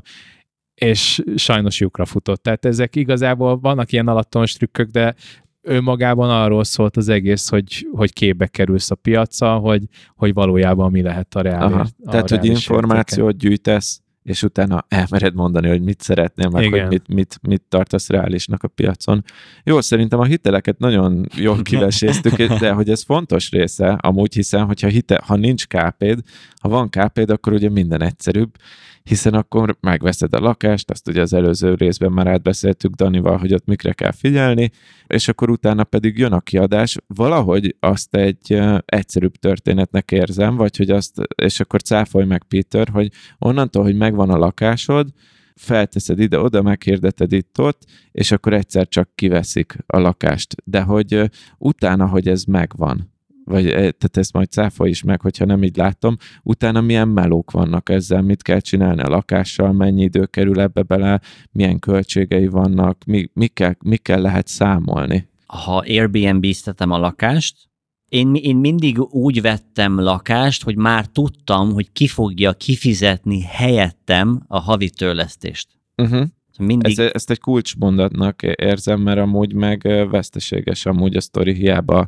És sajnos lyukra futott. Tehát ezek igazából vannak ilyen alattomos trükkök, de önmagában arról szólt az egész, hogy képbe kerülsz a piaccal, hogy valójában mi lehet a reális. Tehát, hogy információt gyűjtesz, és utána elmered mondani, hogy mit szeretnél, meg igen, hogy mit tartasz reálisnak a piacon. Jó, szerintem a hiteleket nagyon jól kiveséztük, de hogy ez fontos része, amúgy hiszen, hogyha ha nincs KP-d, ha van KP-d, akkor ugye minden egyszerűbb, hiszen akkor megveszed a lakást, azt ugye az előző részben már átbeszéltük Danival, hogy ott mikre kell figyelni, és akkor utána pedig jön a kiadás. Valahogy azt egy egyszerűbb történetnek érzem, vagy hogy azt, és akkor cáfolj meg Peter, hogy onnantól, hogy megvan a lakásod, felteszed ide-oda, meghirdeted itt-ott, és akkor egyszer csak kiveszik a lakást. De hogy utána, hogy ez megvan, vagy tehát ezt majd cáfolj is meg, hogyha nem így látom, utána milyen melók vannak ezzel, mit kell csinálni a lakással, mennyi idő kerül ebbe bele, milyen költségei vannak, mikkel lehet számolni. Ha Airbnb-ztetem a lakást, én mindig úgy vettem lakást, hogy már tudtam, hogy ki fogja kifizetni helyettem a havi törlesztést. Mindig... Ezt egy kulcsmondatnak érzem, mert amúgy meg veszteséges amúgy a sztori, hiába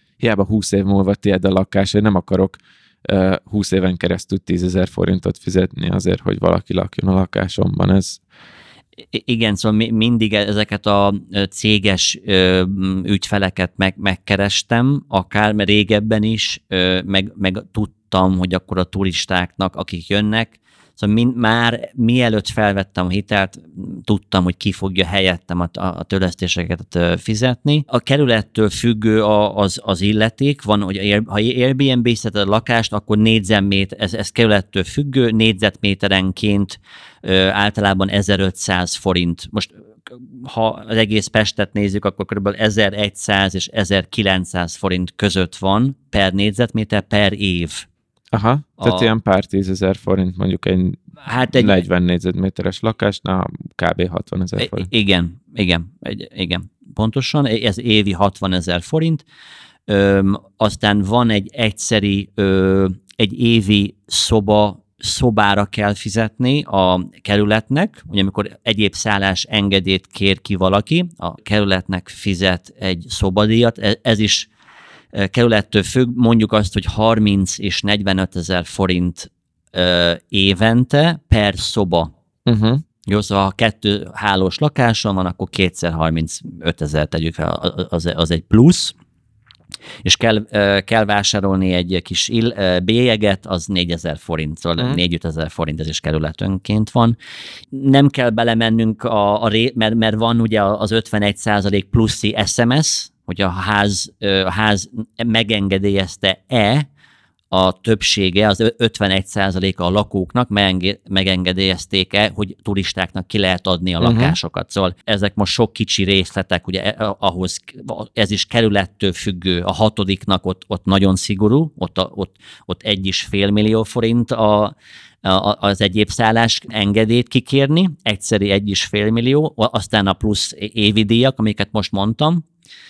20 év múlva tiéd a lakás, én nem akarok 20 éven keresztül 10 000 forintot fizetni azért, hogy valaki lakjon a lakásomban. Ez... Igen, szóval mindig ezeket a céges ügyfeleket megkerestem, akár régebben is, meg tudtam, hogy akkor a turistáknak, akik jönnek, szóval már mielőtt felvettem a hitelt, tudtam, hogy ki fogja helyettem a törlesztéseket fizetni. A kerülettől függő az illeték, van, hogy ha Airbnb-zteted a lakást, akkor négyzetméter, ez kerülettől függő, négyzetméterenként általában 1500 forint. Most ha az egész Pestet nézzük, akkor kb. 1100 és 1900 forint között van per négyzetméter per év. Aha, tehát ilyen pár 10 000 forint, mondjuk egy 40 négyzetméteres lakásnál kb. 60 000 forint. Igen, pontosan. Ez évi 60 000 forint. Aztán van egy egyszeri, egy évi szobára kell fizetni a kerületnek, ugye amikor egyéb szállás engedélyt kér ki valaki, a kerületnek fizet egy szobadíjat, ez is kerülettől függ, mondjuk azt, hogy 30 és 45 000 forint évente per szoba. Jó, szóval ha 2 hálós lakáson van, akkor 2x35 000 tegyük fel, az egy plusz. És kell vásárolni egy kis bélyeget, az 4000 forint, szóval 4-5 000 forint, ez is kerületönként van. Nem kell belemennünk, mert van ugye az 51% pluszi SMS, hogy a ház megengedélyezte-e a többsége, az 51%-a a lakóknak megengedélyezték-e, hogy turistáknak ki lehet adni a lakásokat. Szóval ezek most sok kicsi részletek, ugye ahhoz ez is kerülettől függő. A 6-nak ott nagyon szigorú, ott 1,5 millió forint az egyéb szállás engedélyt kikérni, egyszeri 1,5 millió, aztán a plusz évi díjak, amiket most mondtam.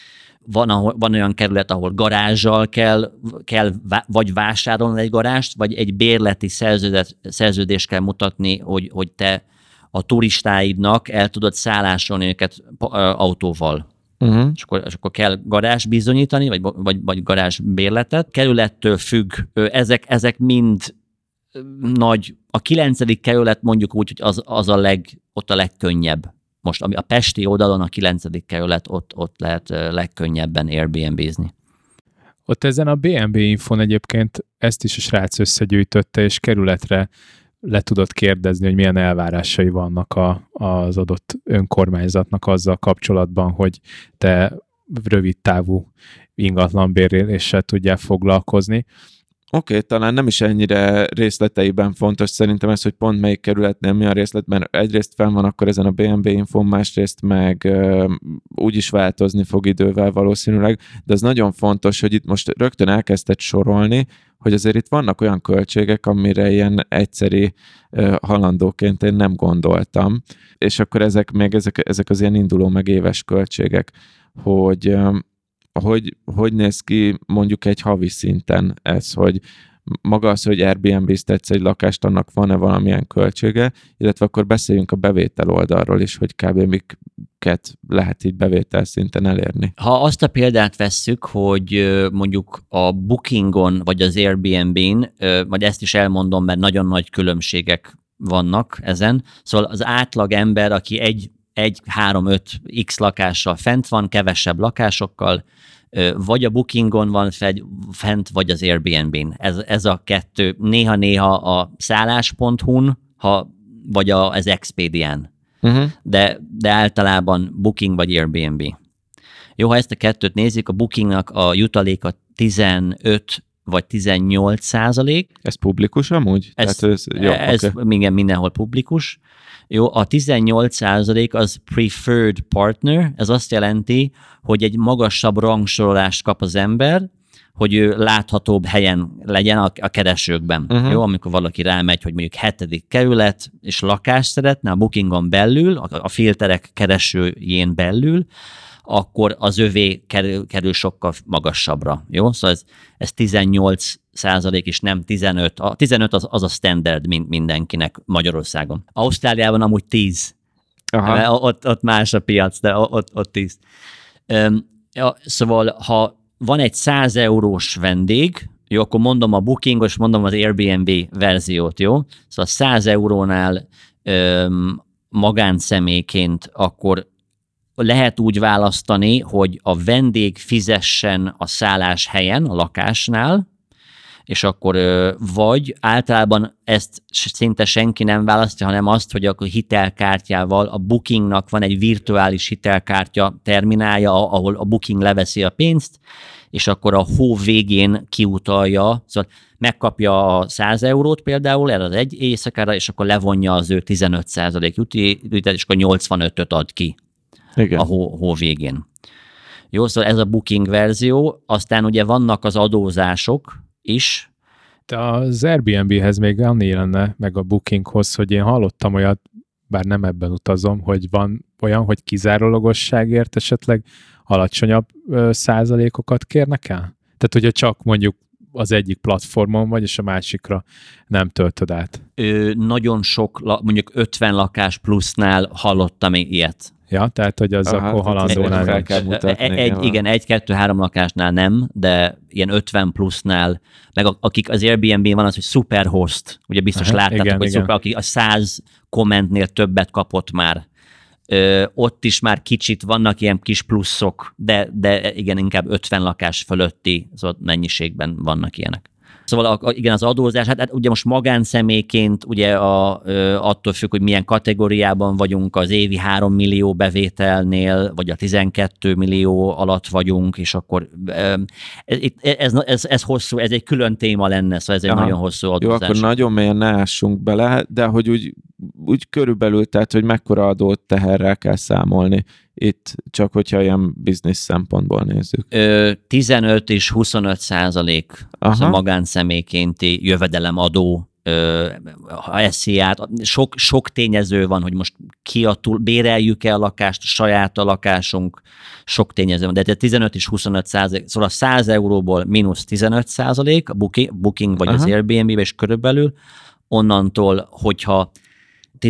Van olyan kerület, ahol garázsal kell vagy vásárolni egy garást, vagy egy bérleti szerződést kell mutatni, hogy te a turistáidnak el tudod szállásolni őket autóval. És akkor kell garázs bizonyítani, vagy garázs bérletet. Kerülettől függ, ezek mind nagy. A 9. kerület mondjuk úgy, hogy az ott a legkönnyebb. Most a pesti oldalon a 9. kerület, ott lehet legkönnyebben Airbnb-zni. Ott ezen a BNB infon egyébként ezt is a srác összegyűjtötte, és kerületre le tudod kérdezni, hogy milyen elvárásai vannak az adott önkormányzatnak azzal kapcsolatban, hogy te rövid távú ingatlanbérléssel tudjál foglalkozni. Oké, talán nem is ennyire részleteiben fontos szerintem ez, hogy pont melyik kerületnél mi a részlet, mert egyrészt fenn van akkor ezen a BNB infon, másrészt meg úgyis változni fog idővel valószínűleg, de ez nagyon fontos, hogy itt most rögtön elkezdted sorolni, hogy azért itt vannak olyan költségek, amire ilyen egyszeri halandóként én nem gondoltam, és akkor ezek az ilyen induló meg éves költségek, hogy néz ki mondjuk egy havi szinten ez, hogy maga az, hogy Airbnb-ztetsz egy lakást, annak van-e valamilyen költsége, illetve akkor beszéljünk a bevétel oldalról is, hogy kb. Miket lehet így bevétel szinten elérni. Ha azt a példát vesszük, hogy mondjuk a Bookingon vagy az Airbnb-n, vagy ezt is elmondom, mert nagyon nagy különbségek vannak ezen, szóval az átlag ember, aki egy 3-5 x lakással fent van, kevesebb lakásokkal, vagy a Bookingon van fent, vagy az Airbnb-n. Ez a kettő. Néha-néha a szállás.hu-n, vagy az Expedia-n. De általában Booking vagy Airbnb. Jó, ha ezt a kettőt nézzük, a Bookingnak a jutaléka 15 vagy 18%. Ez publikus amúgy? Ez mindenhol publikus. Jó, a 18% az preferred partner, ez azt jelenti, hogy egy magasabb rangsorolást kap az ember, hogy ő láthatóbb helyen legyen a keresőkben. Jó, amikor valaki rámegy, hogy mondjuk 7. kerület, és lakást szeretne a Bookingon belül, a filterek keresőjén belül, akkor az övé kerül sokkal magasabbra. Jó, szóval ez 18% és nem 15. A 15 az a standard mindenkinek Magyarországon. Ausztráliában amúgy 10. Ott más a piac, de ott 10. Szóval, ha van egy 100 eurós vendég, jó, akkor mondom a Bookingos, mondom az Airbnb verziót, jó? Szóval 100 eurónál magánszemélyként akkor lehet úgy választani, hogy a vendég fizessen a szállás helyen, a lakásnál, és akkor vagy általában ezt szinte senki nem választja, hanem azt, hogy akkor hitelkártyával, a Bookingnak van egy virtuális hitelkártya terminálja, ahol a Booking leveszi a pénzt, és akkor a hó végén kiutalja, szóval megkapja a 100 eurót például erre az egy éjszakára, és akkor levonja az ő 15% jutítát, és akkor 85-öt ad ki. Igen. A hó végén. Jó, szóval ez a Booking verzió, aztán ugye vannak az adózások is. De az Airbnb-hez még annyi lenne, meg a Bookinghoz, hogy én hallottam olyat, bár nem ebben utazom, hogy van olyan, hogy kizárólagosságért esetleg alacsonyabb százalékokat kérnek el? Tehát, hogyha csak mondjuk az egyik platformon vagy, és a másikra nem töltöd át. Nagyon sok, mondjuk 50 lakás plusznál hallottam ilyet. Ja, tehát, hogy az akkor halandónál fel kell mutatni. Igen, 1-2-3 lakásnál nem, de ilyen 50 plusznál, meg akik az Airbnb van az, hogy superhost, ugye biztos láttátok, igen, hogy szuper, aki a 100 kommentnél többet kapott már. Ott is már kicsit vannak ilyen kis pluszok, de igen, inkább 50 lakás fölötti mennyiségben vannak ilyenek. Szóval igen, az adózás, hát ugye most magánszemélyként ugye attól függ, hogy milyen kategóriában vagyunk, az évi 3 millió bevételnél, vagy a 12 millió alatt vagyunk, és akkor ez hosszú, ez egy külön téma lenne, szóval ez egy nagyon hosszú adózás. Jó, akkor nagyon mélyen ne ássunk bele, de hogy úgy körülbelül, tehát, hogy mekkora adót teherrel kell számolni. Itt csak, hogyha ilyen biznisz szempontból nézzük. 15 és 25% az a magánszemélykénti jövedelemadó, SZIA-t. Sok tényező van, hogy most béreljuk-e a lakást, saját a lakásunk, sok tényező van. De 15 és 25%, szóval a 100 euróból mínusz 15% a Booking vagy az Airbnb-be, és körülbelül onnantól, hogyha 15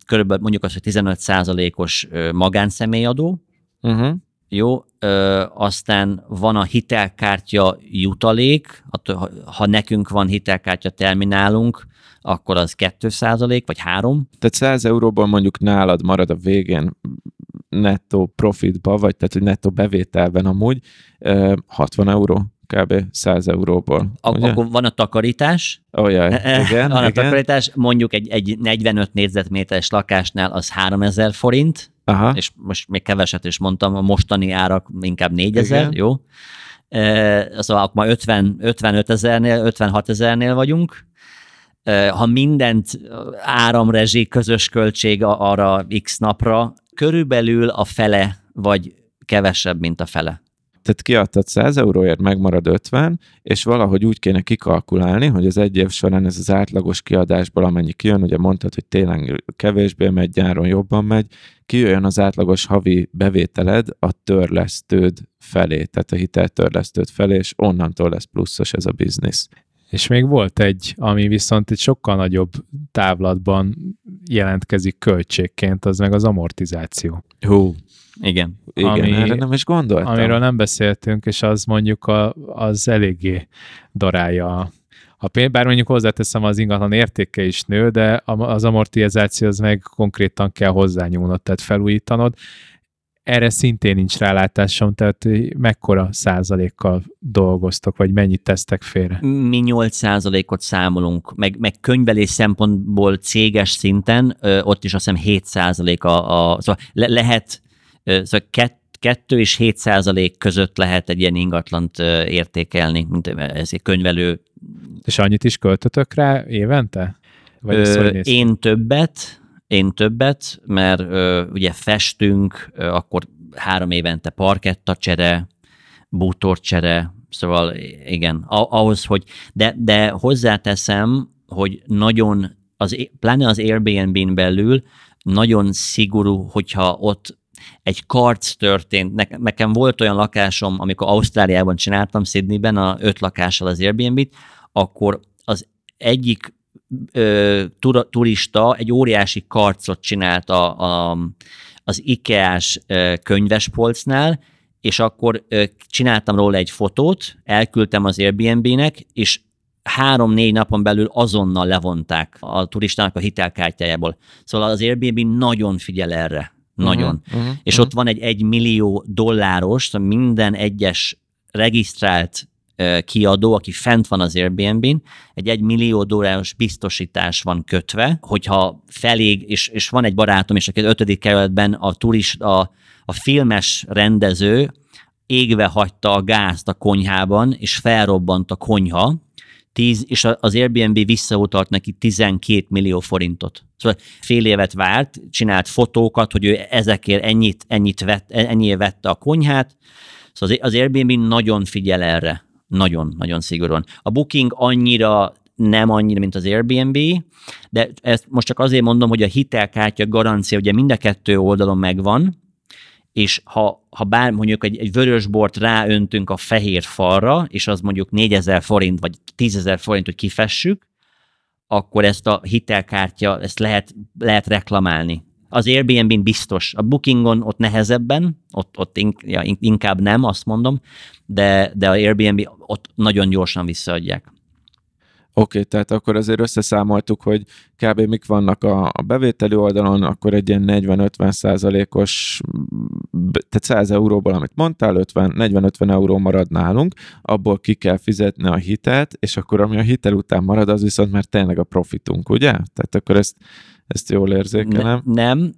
körülbelül mondjuk azt, hogy 15%-os magánszemélyadó, jó, aztán van a hitelkártya jutalék, ha nekünk van hitelkártya terminálunk, akkor az 2% vagy 3%. Tehát 100 euróból mondjuk nálad marad a végén nettó profitba, vagy tehát, hogy nettó bevételben amúgy 60 euró, kb. 100 euróból. Akkor van a takarítás. Igen. Van a takarítás, mondjuk egy 45 négyzetméteres lakásnál az 3000 forint, aha. És most még keveset is mondtam, a mostani árak inkább 4000, igen. Jó? Szóval akkor már 55 ezernél, 56 ezernél vagyunk. Ha mindent áramrezsi, közös költség arra x napra, körülbelül a fele, vagy kevesebb, mint a fele. Tehát kiadtad 100 euróért, megmarad 50, és valahogy úgy kéne kikalkulálni, hogy az egy év során ez az átlagos kiadásból, amennyi kijön, ugye mondtad, hogy télen kevésbé megy, nyáron jobban megy, kijöjjön az átlagos havi bevételed a törlesztőd felé, tehát a hiteltörlesztőd felé, és onnantól lesz pluszos ez a biznisz. És még volt egy, ami viszont egy sokkal nagyobb távlatban jelentkezik költségként, az meg az amortizáció. Igen. Erre nem is gondoltam. Amiről nem beszéltünk, és az mondjuk az eléggé darálja bár mondjuk hozzáteszem, az ingatlan értéke is nő, de az amortizáció az meg konkrétan kell hozzányúlnod, tehát felújítanod. Erre szintén nincs rálátásom, tehát mekkora százalékkal dolgoztok, vagy mennyit tesztek félre? Mi 8%-ot számolunk, meg könyvelés szempontból céges szinten, ott is azt hiszem 7% szóval lehet, szóval 2 és 7% között lehet egy ilyen ingatlant értékelni, mint ez egy könyvelő. És annyit is költötök rá évente? Vagy Én többet, mert ugye festünk, akkor 3 évente parkettacsere, bútorcsere, szóval igen, ahhoz, hogy, de hozzáteszem, hogy nagyon, pláne az Airbnb-n belül nagyon szigorú, hogyha ott egy karc történt. Nekem volt olyan lakásom, amikor Ausztráliában csináltam, Sydneyben, 5 lakással az Airbnb-t, akkor az egyik turista egy óriási karcot csinált az IKEA-s könyvespolcnál, és akkor csináltam róla egy fotót, elküldtem az Airbnb-nek, és 3-4 napon belül azonnal levonták a turistának a hitelkártyájából. Szóval az Airbnb nagyon figyel erre. Nagyon. És ott van egy $1 millió, minden egyes regisztrált kiadó, aki fent van az Airbnb-n, egy $1 millió biztosítás van kötve, hogyha felég, és van egy barátom is, aki az 5. kerületben a filmes rendező égve hagyta a gázt a konyhában, és felrobbant a konyha, és az Airbnb visszautalt neki 12 millió forintot. Szóval fél évet várt, csinált fotókat, hogy ő ezekért ennyiért vette a konyhát. Szóval az Airbnb nagyon figyel erre. Nagyon szigorúan. A Booking nem annyira, mint az Airbnb, de ezt most csak azért mondom, hogy a hitelkártya garancia ugye mind a 2 oldalon megvan, és ha bár mondjuk egy vörösbort ráöntünk a fehér falra, és az mondjuk 4000 forint, vagy 10 000 forint, hogy kifessük, akkor ezt a hitelkártya, ezt lehet reklamálni. Az Airbnb-n biztos, a Bookingon ott nehezebben, ott inkább nem, azt mondom, de az Airbnb ott nagyon gyorsan visszaadják. Oké, tehát akkor azért összeszámoltuk, hogy kb. Mik vannak a bevételi oldalon, akkor egy ilyen 40-50%-os, tehát 100 euróból, amit mondtál, 40-50 euró marad nálunk, abból ki kell fizetni a hitelt, és akkor ami a hitel után marad, az viszont már tényleg a profitunk, ugye? Tehát akkor ezt jól érzékelem. Nem.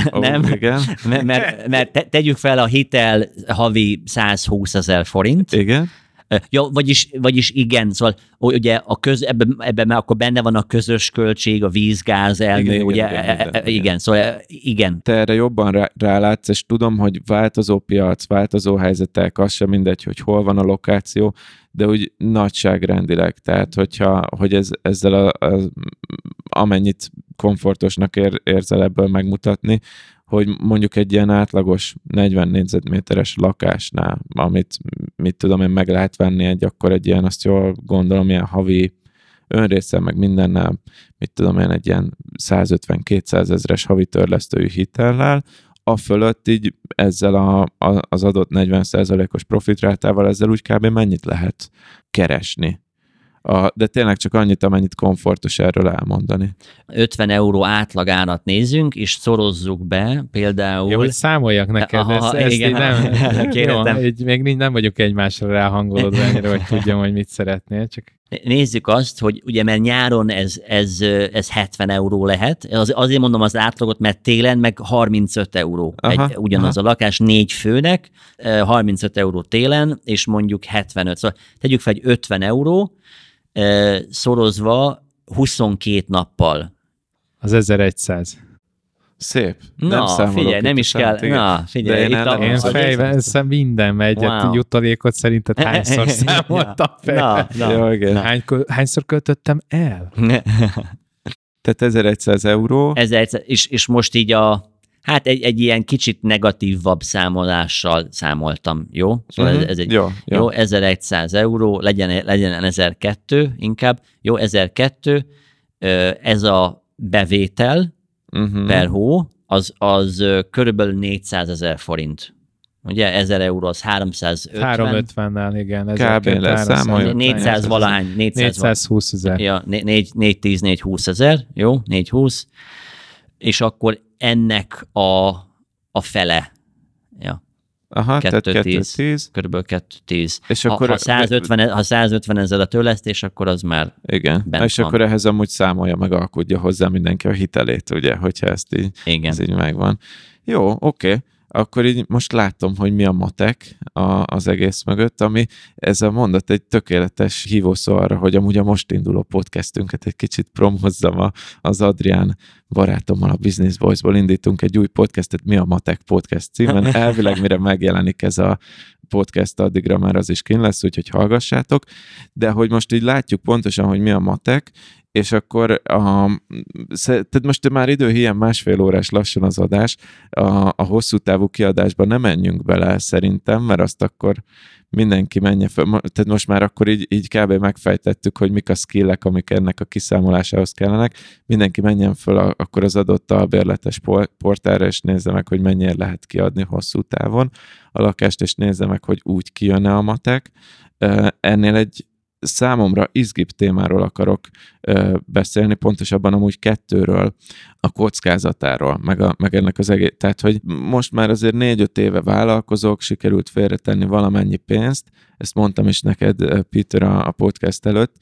Mert tegyük fel a hitel havi 120 000 forint. Igen. Ja, vagyis igen, szóval ugye ebben már akkor benne van a közös költség, a víz, gáz, elmű, igen, szóval igen. Te erre jobban rálátsz, és tudom, hogy változó piac, változó helyzetek, az sem mindegy, hogy hol van a lokáció, de úgy nagyságrendileg, tehát hogy ezzel amennyit komfortosnak érzel ebből megmutatni, hogy mondjuk egy ilyen átlagos 40 négyzetméteres lakásnál, amit mit tudom én meg lehet venni akkor egy ilyen, azt jól gondolom, ilyen havi önrésszel, meg mindennel, mit tudom én, egy ilyen 150-200 ezres havi törlesztői hitellel, a fölött így ezzel az adott 40%-os profitrátával ezzel úgy kb. Mennyit lehet keresni. De tényleg csak annyit, amennyit komfortos erről elmondani. 50 euró átlagárat nézzünk, és szorozzuk be például... Ja, hogy számoljak neked, igen. még nem vagyok egymásra ráhangolódva ennyire, hogy tudjam, hogy mit szeretnél, csak... Nézzük azt, hogy ugye, mert nyáron ez 70 euró lehet. Azért mondom az átlagot, mert télen meg 35 euró. Ugyanaz a lakás 4 főnek, 35 euró télen, és mondjuk 75. Szóval tegyük fel, egy 50 euró, szorozva 22 nappal. Az 1100. Szép. Na, figyelj, nem is kell. Na, figyelj. Én fejben minden megy, jutalékot szerinted hányszor számoltam fejben? Hányszor költöttem el? Tehát 1100 euró. És most így egy ilyen kicsit negatívabb számolással számoltam, jó? Szóval ez egy jó 1100 euró, legyen 1002 inkább. Jó, 1002, ez a bevétel per hó, az körülbelül 400 000 forint. Ugye 1000 euró az 350. 350-nel, igen. Kb. leszámoljuk. 400 valahány. 420 000. Ja, 410-420 000, jó? 420. És akkor ennek a fele. Ja. Aha, 210. Körülbelül 210. És akkor ha 150 000 a törlesztés, akkor az már igen. És van. Akkor ehhez amúgy számolja, meg alkudja hozzá mindenki a hitelét, ugye, hogyha ez így megvan. Jó, oké. Akkor így most látom, hogy mi a matek az egész mögött, ami ez a mondat egy tökéletes hívószó arra, hogy amúgy a most induló podcastünket egy kicsit promózzam az Adrián barátommal, a Business Boys-ból indítunk egy új podcastet, Mi a Matek podcast címen. Elvileg mire megjelenik ez a podcast, addigra már az is kint lesz, úgyhogy hallgassátok. De hogy most így látjuk pontosan, hogy mi a matek, és akkor tehát most már időhiány 1,5 órás lassan az adás, a hosszú távú kiadásba nem menjünk bele szerintem, mert azt akkor mindenki menje fel. Tehát most már akkor így kb. Megfejtettük, hogy mik a skillek, amik ennek a kiszámolásához kellenek. Mindenki menjen föl akkor az adott albérletes portálra, és nézze meg, hogy mennyire lehet kiadni hosszú távon a lakást, és nézze meg, hogy úgy kijönne a matek. Ennél egy számomra izgibb témáról akarok beszélni, pontosabban amúgy 2-ről, a kockázatáról, meg ennek az egész. Tehát, hogy most már azért 4-5 éve vállalkozok, sikerült félretenni valamennyi pénzt, ezt mondtam is neked, Peter, a podcast előtt,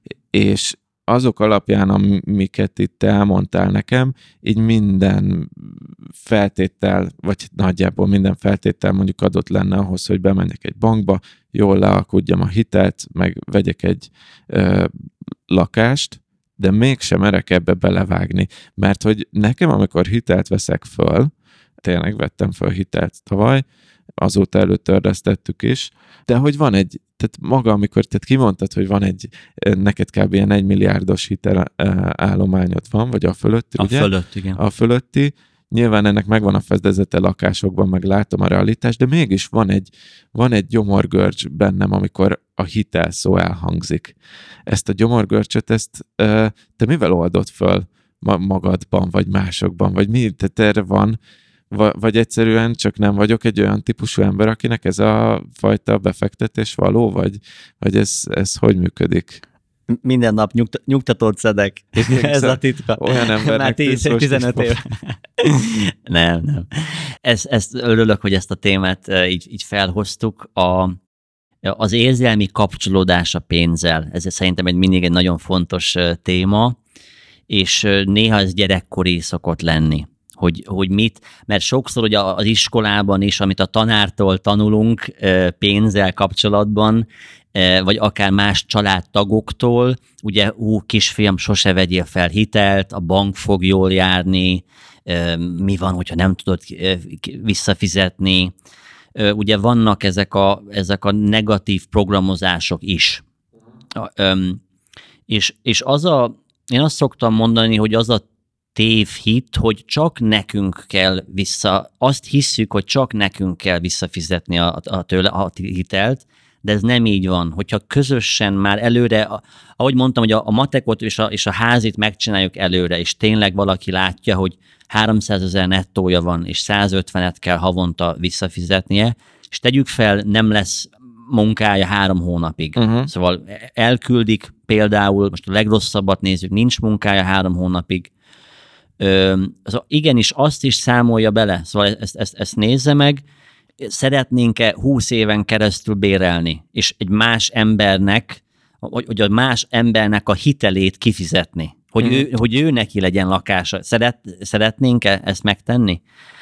és azok alapján, amiket itt elmondtál nekem, így minden feltétel, vagy nagyjából minden feltétel mondjuk adott lenne ahhoz, hogy bemenjek egy bankba, jól lealkudjam a hitelt, meg vegyek egy lakást, de mégsem merek ebbe belevágni. Mert hogy nekem, amikor hitelt veszek föl, tényleg vettem föl hitelt tavaly, azóta előtörlesztettük is, de hogy van egy, tehát maga, amikor kimondtad, hogy van neked kb. Ilyen 1 milliárdos hitelállományod van, vagy a fölötti, ugye? Fölött, igen. A fölötti, nyilván ennek megvan a fedezete lakásokban, meg látom a realitást, de mégis van egy gyomorgörcs bennem, amikor a hitel szó elhangzik. Ezt a gyomorgörcsöt, te mivel oldod föl magadban, vagy másokban, vagy mi? Tehát erre van, vagy egyszerűen csak nem vagyok egy olyan típusú ember, akinek ez a fajta befektetés való, vagy ez hogy működik? Minden nap nyugtatót szedek. Ez a titka. Olyan embernek 10-15 év. Nem. Ezt örülök, hogy ezt a témát így felhoztuk. Az érzelmi kapcsolódás a pénzzel. Ez szerintem mindig egy nagyon fontos téma, és néha ez gyerekkori szokott lenni. Hogy mit, mert sokszor ugye az iskolában is, amit a tanártól tanulunk pénzzel kapcsolatban, vagy akár más családtagoktól, ugye, kisfiam, sose vegyél fel hitelt, a bank fog jól járni, mi van, hogyha nem tudod visszafizetni. Ugye vannak ezek a negatív programozások is. És én azt szoktam mondani, hogy az a tévhit, hogy csak nekünk kell azt hisszük, hogy csak nekünk kell visszafizetni a hitelt, de ez nem így van. Hogyha közösen már előre, ahogy mondtam, hogy a matekot és a házit megcsináljuk előre, és tényleg valaki látja, hogy 300 000 nettója van, és 150-et kell havonta visszafizetnie, és tegyük fel, nem lesz munkája 3 hónapig. Szóval elküldik például, most a legrosszabbat nézzük, nincs munkája 3 hónapig. Szóval igenis azt is számolja bele, szóval ezt nézze meg, szeretnénk-e 20 éven keresztül bérelni, és egy más embernek, hogy a más embernek a hitelét kifizetni, hogy ő neki legyen lakása. Szeretnénk-e ezt megtenni?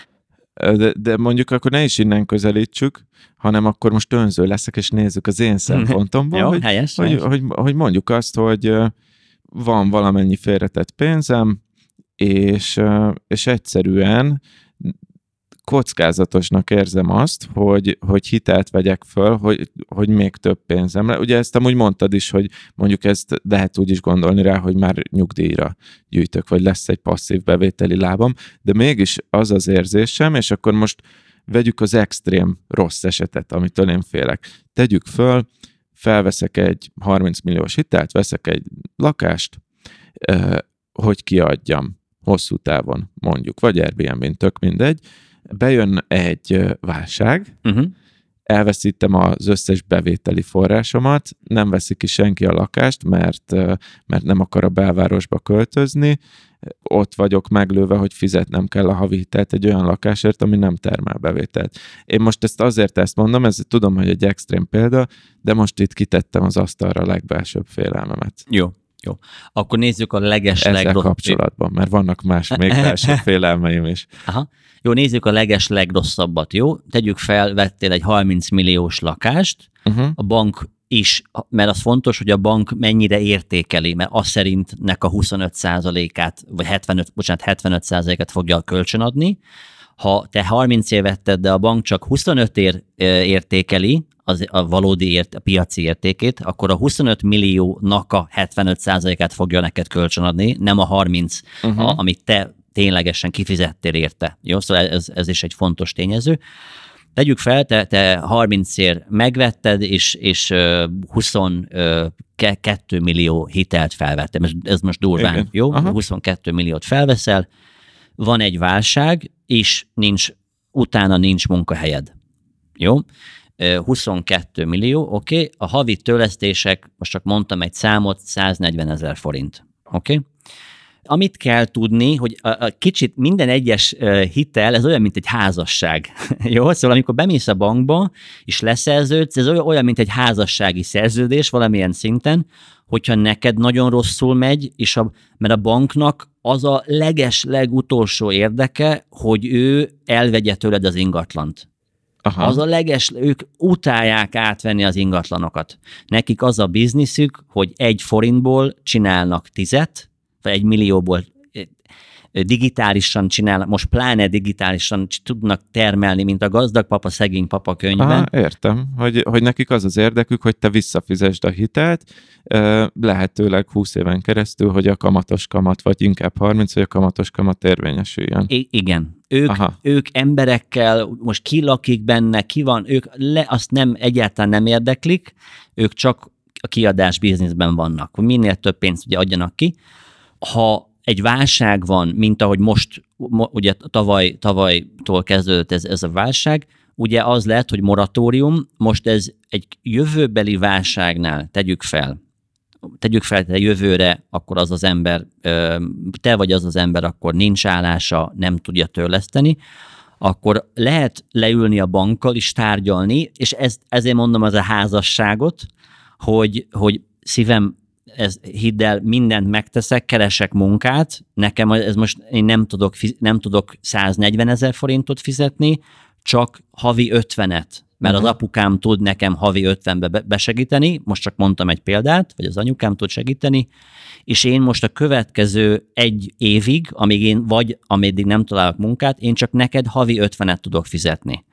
De mondjuk akkor ne is innen közelítsük, hanem akkor most önző leszek, és nézzük az én szempontomból, Jó, hogy mondjuk azt, hogy van valamennyi félretett pénzem, és egyszerűen kockázatosnak érzem azt, hogy hitelt vegyek föl, hogy még több pénzem le. Ugye ezt amúgy mondtad is, hogy mondjuk ezt lehet úgy is gondolni rá, hogy már nyugdíjra gyűjtök, vagy lesz egy passzív bevételi lábam, de mégis az az érzésem, és akkor most vegyük az extrém rossz esetet, amitől én félek. Tegyük föl, felveszek egy 30 milliós hitelt, veszek egy lakást, hogy kiadjam hosszú távon mondjuk, vagy Airbnb-n, tök mindegy, bejön egy válság, elveszítem az összes bevételi forrásomat, nem veszi ki senki a lakást, mert nem akar a belvárosba költözni, ott vagyok meglőve, hogy fizetnem kell a havi hitelt egy olyan lakásért, ami nem termel bevételt. Én most ezt mondom, tudom, hogy egy extrém példa, de most itt kitettem az asztalra a legbelsőbb félelmemet. Jó. Akkor nézzük a ezzel kapcsolatban, mert vannak más még belső félelmeim is. Aha. Jó, nézzük a legrosszabbat, jó? Tegyük fel, vettél egy 30 milliós lakást, a bank is, mert az fontos, hogy a bank mennyire értékeli, mert az szerint nek a 25%-át, vagy 75%-át fogja kölcsönadni. Ha te 30 év vetted, de a bank csak 25-ért értékeli, a valódi a piaci értékét, akkor a 25 milliónak a 75%-át fogja neked kölcsönadni, nem a 30, amit te ténylegesen kifizettél érte. Jó, szóval ez is egy fontos tényező. Tegyük fel, te 30-ért megvetted, és 22 millió hitelt felvettem. Ez most durván, igen. Jó? 22 milliót felveszel, van egy válság, és utána nincs munkahelyed. Jó? 22 millió, oké. A havi törlesztések, most csak mondtam egy számot, 140 000 forint. Oké? Amit kell tudni, hogy a kicsit minden egyes hitel, ez olyan, mint egy házasság. Jó? Szóval amikor bemész a bankba, és leszerződsz, ez olyan, mint egy házassági szerződés valamilyen szinten, hogyha neked nagyon rosszul megy, mert a banknak az a legutolsó érdeke, hogy ő elvegye tőled az ingatlant. Aha. Az ők utálják átvenni az ingatlanokat. Nekik az a bizniszük, hogy 1 forintból csinálnak 10, vagy 1 millióból digitálisan csinálnak, most pláne digitálisan tudnak termelni, mint a gazdag papa, szegény papa könyvben. Aha, értem, hogy nekik az az érdekük, hogy te visszafizesd a hitelt, lehetőleg 20 éven keresztül, hogy a kamatos kamat, vagy inkább 30, hogy a kamatos kamat érvényesüljön. Igen. Ők emberekkel, most ki lakik benne, ki van, azt egyáltalán nem érdeklik, ők csak a kiadás bizniszben vannak, hogy minél több pénzt ugye adjanak ki. Ha egy válság van, mint ahogy most, ugye tavalytól kezdődött ez a válság, ugye az lehet, hogy moratórium, most ez egy jövőbeli válságnál, tegyük fel, te jövőre, akkor az az ember, te vagy az az ember, akkor nincs állása, nem tudja törleszteni, akkor lehet leülni a bankkal és tárgyalni, és ezért mondom az a házasságot, hogy szívem, hidd el, mindent megteszek, keresek munkát, nekem ez most, én nem tudok 140 000 forintot fizetni, csak havi 50-et, mert az apukám tud nekem havi 50-be besegíteni, most csak mondtam egy példát, vagy az anyukám tud segíteni, és én most a következő 1 évig, ameddig nem találok munkát, én csak neked havi 50-et tudok fizetni.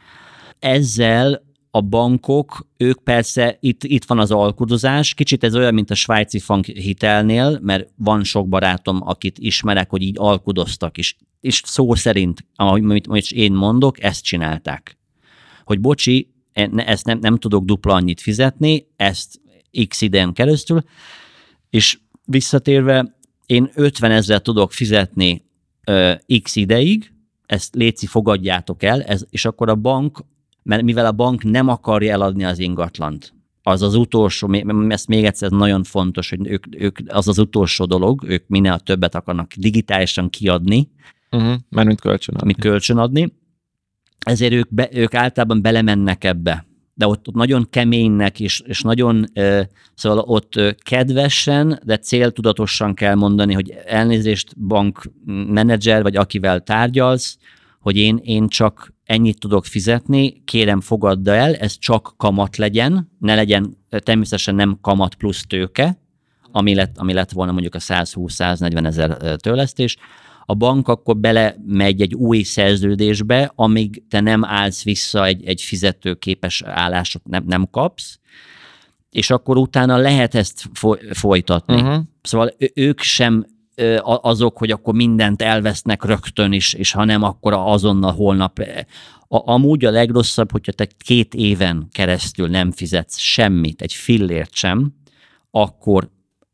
Ezzel a bankok, ők persze, itt van az alkudozás, kicsit ez olyan, mint a svájci frank hitelnél, mert van sok barátom, akit ismerek, hogy így alkudoztak, és szó szerint, amit én mondok, ezt csinálták. Hogy bocsi, ezt nem tudok dupla annyit fizetni, ezt x idején keresztül, és visszatérve, én 50 000 tudok fizetni x ideig, ezt léci fogadjátok el, és akkor a bank, mert mivel a bank nem akarja eladni az ingatlant, az az utolsó, ezt még egyszer nagyon fontos, hogy ők az utolsó dolog, ők minél többet akarnak digitálisan kiadni, mint kölcsönadni, ezért ők általában belemennek ebbe. De ott nagyon keménynek és nagyon, szóval ott kedvesen, de céltudatosan kell mondani, hogy elnézést bankmenedzser, vagy akivel tárgyalsz, hogy én csak ennyit tudok fizetni, kérem fogadd el, ez csak kamat legyen, ne legyen, természetesen nem kamat plusz tőke, ami lett volna mondjuk a 120-140 ezer törlesztés. A bank akkor belemegy egy új szerződésbe, amíg te nem állsz vissza egy fizetőképes állásot nem kapsz, és akkor utána lehet ezt folytatni. Szóval ők sem azok, hogy akkor mindent elvesznek rögtön is, és ha nem, akkor azonnal holnap. Amúgy a legrosszabb, hogyha te 2 éven keresztül nem fizetsz semmit, egy fillért sem, akkor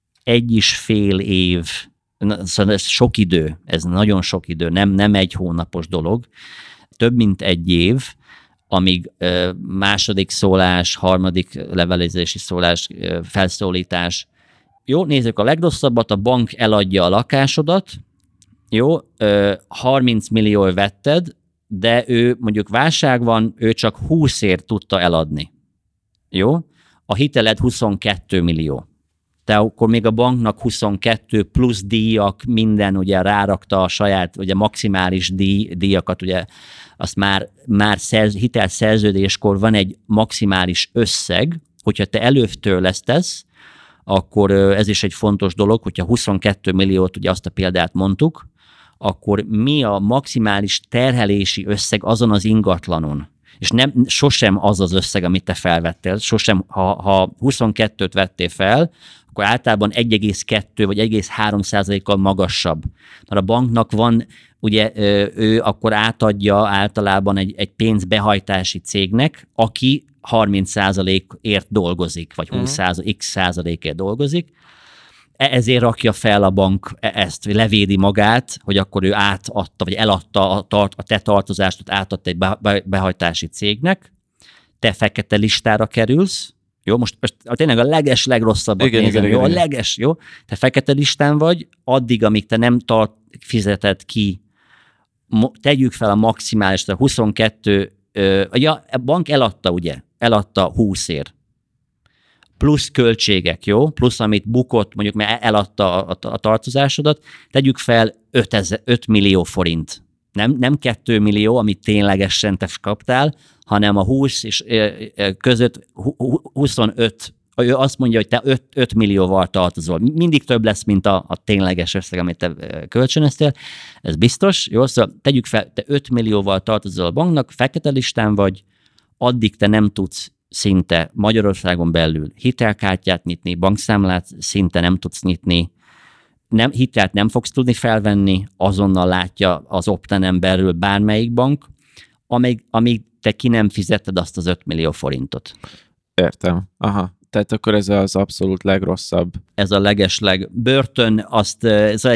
1,5 év, szóval ez sok idő, ez nagyon sok idő, nem 1 hónapos dolog, több mint 1 év, amíg második szólás, harmadik levelezési szólás, felszólítás. Jó, nézzük a legrosszabbat, a bank eladja a lakásodat, jó, 30 millió vetted, de ő mondjuk válság van, ő csak 20-ért tudta eladni. Jó? A hiteled 22 millió. De akkor még a banknak 22 plusz díjak, minden ugye rárakta a saját ugye maximális díjakat, ugye azt már hitelszerződéskor van egy maximális összeg, hogyha te előtörlesztesz, akkor ez is egy fontos dolog, hogyha 22 milliót, ugye azt a példát mondtuk, akkor mi a maximális terhelési összeg azon az ingatlanon? És sosem az az összeg, amit te felvettél, sosem, ha 22-t vettél fel, akkor általában 1,2 vagy 1,3%-kal magasabb. Mert a banknak van, ugye ő akkor átadja általában egy pénzbehajtási cégnek, aki 30%-ért dolgozik, vagy 20%-ért dolgozik. Ezért rakja fel a bank ezt, hogy levédi magát, hogy akkor ő átadta, vagy eladta a te tartozást, átadta egy behajtási cégnek, te fekete listára kerülsz, jó, most tényleg a legrosszabbat nézem, jó, a jó, te fekete listán vagy, addig, amíg te nem fizeted ki, tegyük fel a maximális, a 22, a bank eladta, ugye, eladta 20-ért. Plusz költségek, jó? Plusz amit bukott, mondjuk mert eladta a tartozásodat, tegyük fel 5 millió forint. Nem 2 millió, amit ténylegesen te kaptál, hanem a 20 és között 25. Ő azt mondja, hogy te 5 millióval tartozol. Mindig több lesz, mint a tényleges összeg, amit te kölcsönöztél. Ez biztos. Jó, szóval tegyük fel, te 5 millióval tartozol a banknak, fekete listán vagy, addig te nem tudsz szinte Magyarországon belül hitelkártyát nyitni, bankszámlát szinte nem tudsz nyitni, hitelt nem fogsz tudni felvenni, azonnal látja az Optanen belül bármelyik bank, amíg te ki nem fizetted azt az 5 millió forintot. Értem. Aha. Tehát akkor ez az abszolút legrosszabb. Ez a börtön, azt,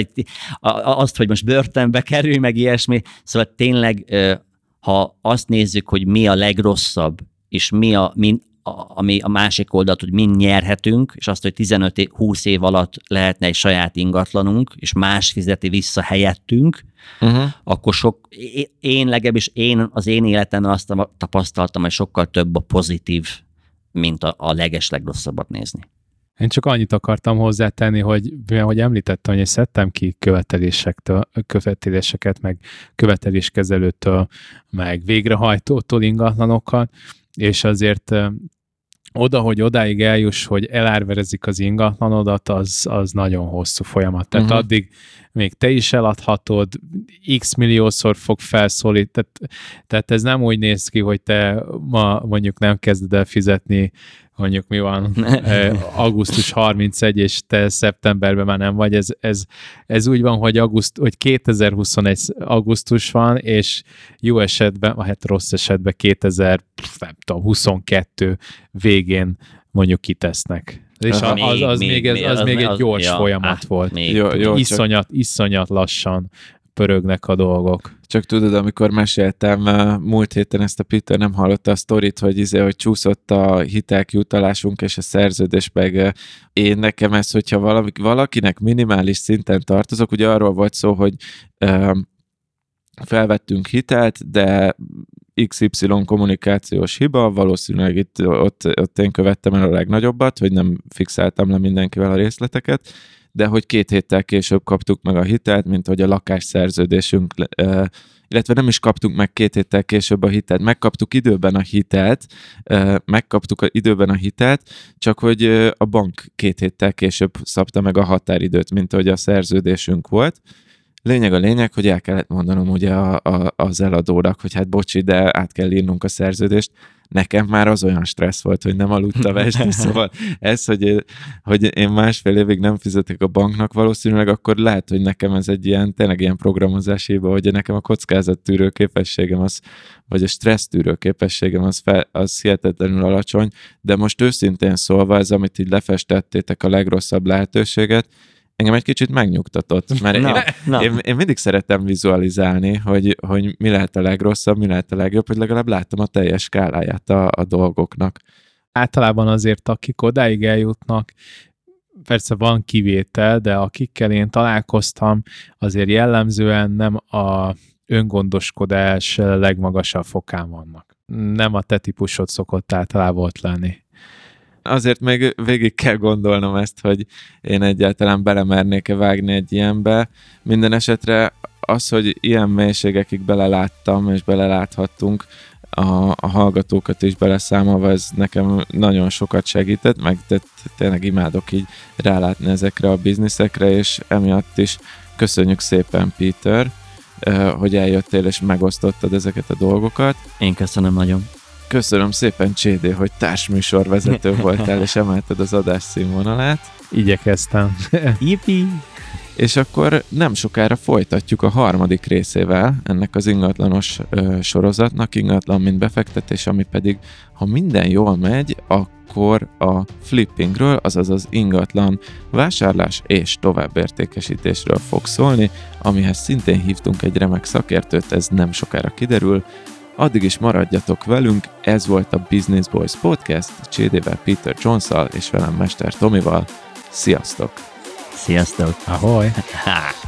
hogy most börtönbe kerülj, meg ilyesmi, szóval tényleg, ha azt nézzük, hogy mi a legrosszabb, és ami a másik oldalt, hogy mind nyerhetünk, és azt, hogy 15-20 év alatt lehetne egy saját ingatlanunk, és más fizeti vissza helyettünk, akkor legalábbis az én életemben azt tapasztaltam, hogy sokkal több a pozitív, mint a legrosszabbat nézni. Én csak annyit akartam hozzátenni, hogy említettem, hogy szedtem ki követeléseket, meg követeléskezelőtől, meg végrehajtótól ingatlanokat, és azért hogy odáig eljuss, hogy elárverezik az ingatlanodat, az nagyon hosszú folyamat. Tehát addig még te is eladhatod, x milliószor fog felszólítani. Tehát ez nem úgy néz ki, hogy te ma mondjuk nem kezded el fizetni, mondjuk mi van, augusztus 31, és te szeptemberben már nem vagy. Ez úgy van, hogy 2021 augusztus van, és jó esetben, hát rossz esetben nem tudom, 22 végén mondjuk kitesznek. És az még egy gyors folyamat volt. Jó, iszonyat lassan pörögnek a dolgok. Csak tudod, amikor meséltem múlt héten ezt a Peter nem hallotta a sztorit, hogy csúszott a hitelkiutalásunk és a szerződés, meg én nekem ez, hogyha valakinek minimális szinten tartozok, ugye arról volt szó, hogy felvettünk hitelt, de XY kommunikációs hiba, valószínűleg ott én követtem el a legnagyobbat, hogy nem fixáltam le mindenkivel a részleteket, de hogy 2 héttel később kaptuk meg a hitelt, mint hogy a lakásszerződésünk, illetve nem is kaptuk meg 2 héttel később a hitelt, megkaptuk időben a hitelt, csak hogy a bank 2 héttel később szabta meg a határidőt, mint hogy a szerződésünk volt. Lényeg, hogy el kellett mondanom ugye az eladónak, hogy hát bocsi, de át kell írnunk a szerződést. Nekem már az olyan stressz volt, hogy nem aludtam este, szóval ez, hogy én 1,5 évig nem fizetek a banknak, valószínűleg akkor lehet, hogy nekem ez egy tényleg ilyen programozási hiba, hogy nekem a kockázattűrő képességem vagy a stressztűrő képességem az hihetetlenül alacsony, de most őszintén szólva ez, amit így lefestettétek a legrosszabb lehetőséget, engem egy kicsit megnyugtatott, mert én mindig szeretem vizualizálni, hogy mi lehet a legrosszabb, mi lehet a legjobb, hogy legalább láttam a teljes skáláját a dolgoknak. Általában azért, akik odáig eljutnak, persze van kivétel, de akikkel én találkoztam, azért jellemzően nem a öngondoskodás legmagasabb fokán vannak. Nem a te típusod szokott általában ott lenni. Azért még végig kell gondolnom ezt, hogy én egyáltalán belemernék-e vágni egy ilyenbe. Minden esetre az, hogy ilyen mélységekig beleláttam, és beleláthattunk, a hallgatókat is beleszámolva, ez nekem nagyon sokat segített, meg tényleg imádok így rálátni ezekre a bizniszekre, és emiatt is köszönjük szépen, Peter, hogy eljöttél és megosztottad ezeket a dolgokat. Én köszönöm nagyon. Köszönöm szépen, Csédé, hogy társműsorvezető voltál, és emelted az adás színvonalát. Igyekeztem. Yippee! És akkor nem sokára folytatjuk a 3. részével ennek az ingatlanos sorozatnak, ingatlan mint befektetés, ami pedig, ha minden jól megy, akkor a flippingről, azaz az ingatlan vásárlás és továbbértékesítésről fog szólni, amihez szintén hívtunk egy remek szakértőt, ez nem sokára kiderül. Addig is maradjatok velünk, ez volt a Business Boys Podcast, Csédével, Peter Jones-szal és velem Mester Tomival. Sziasztok! Sziasztok! Ahoy!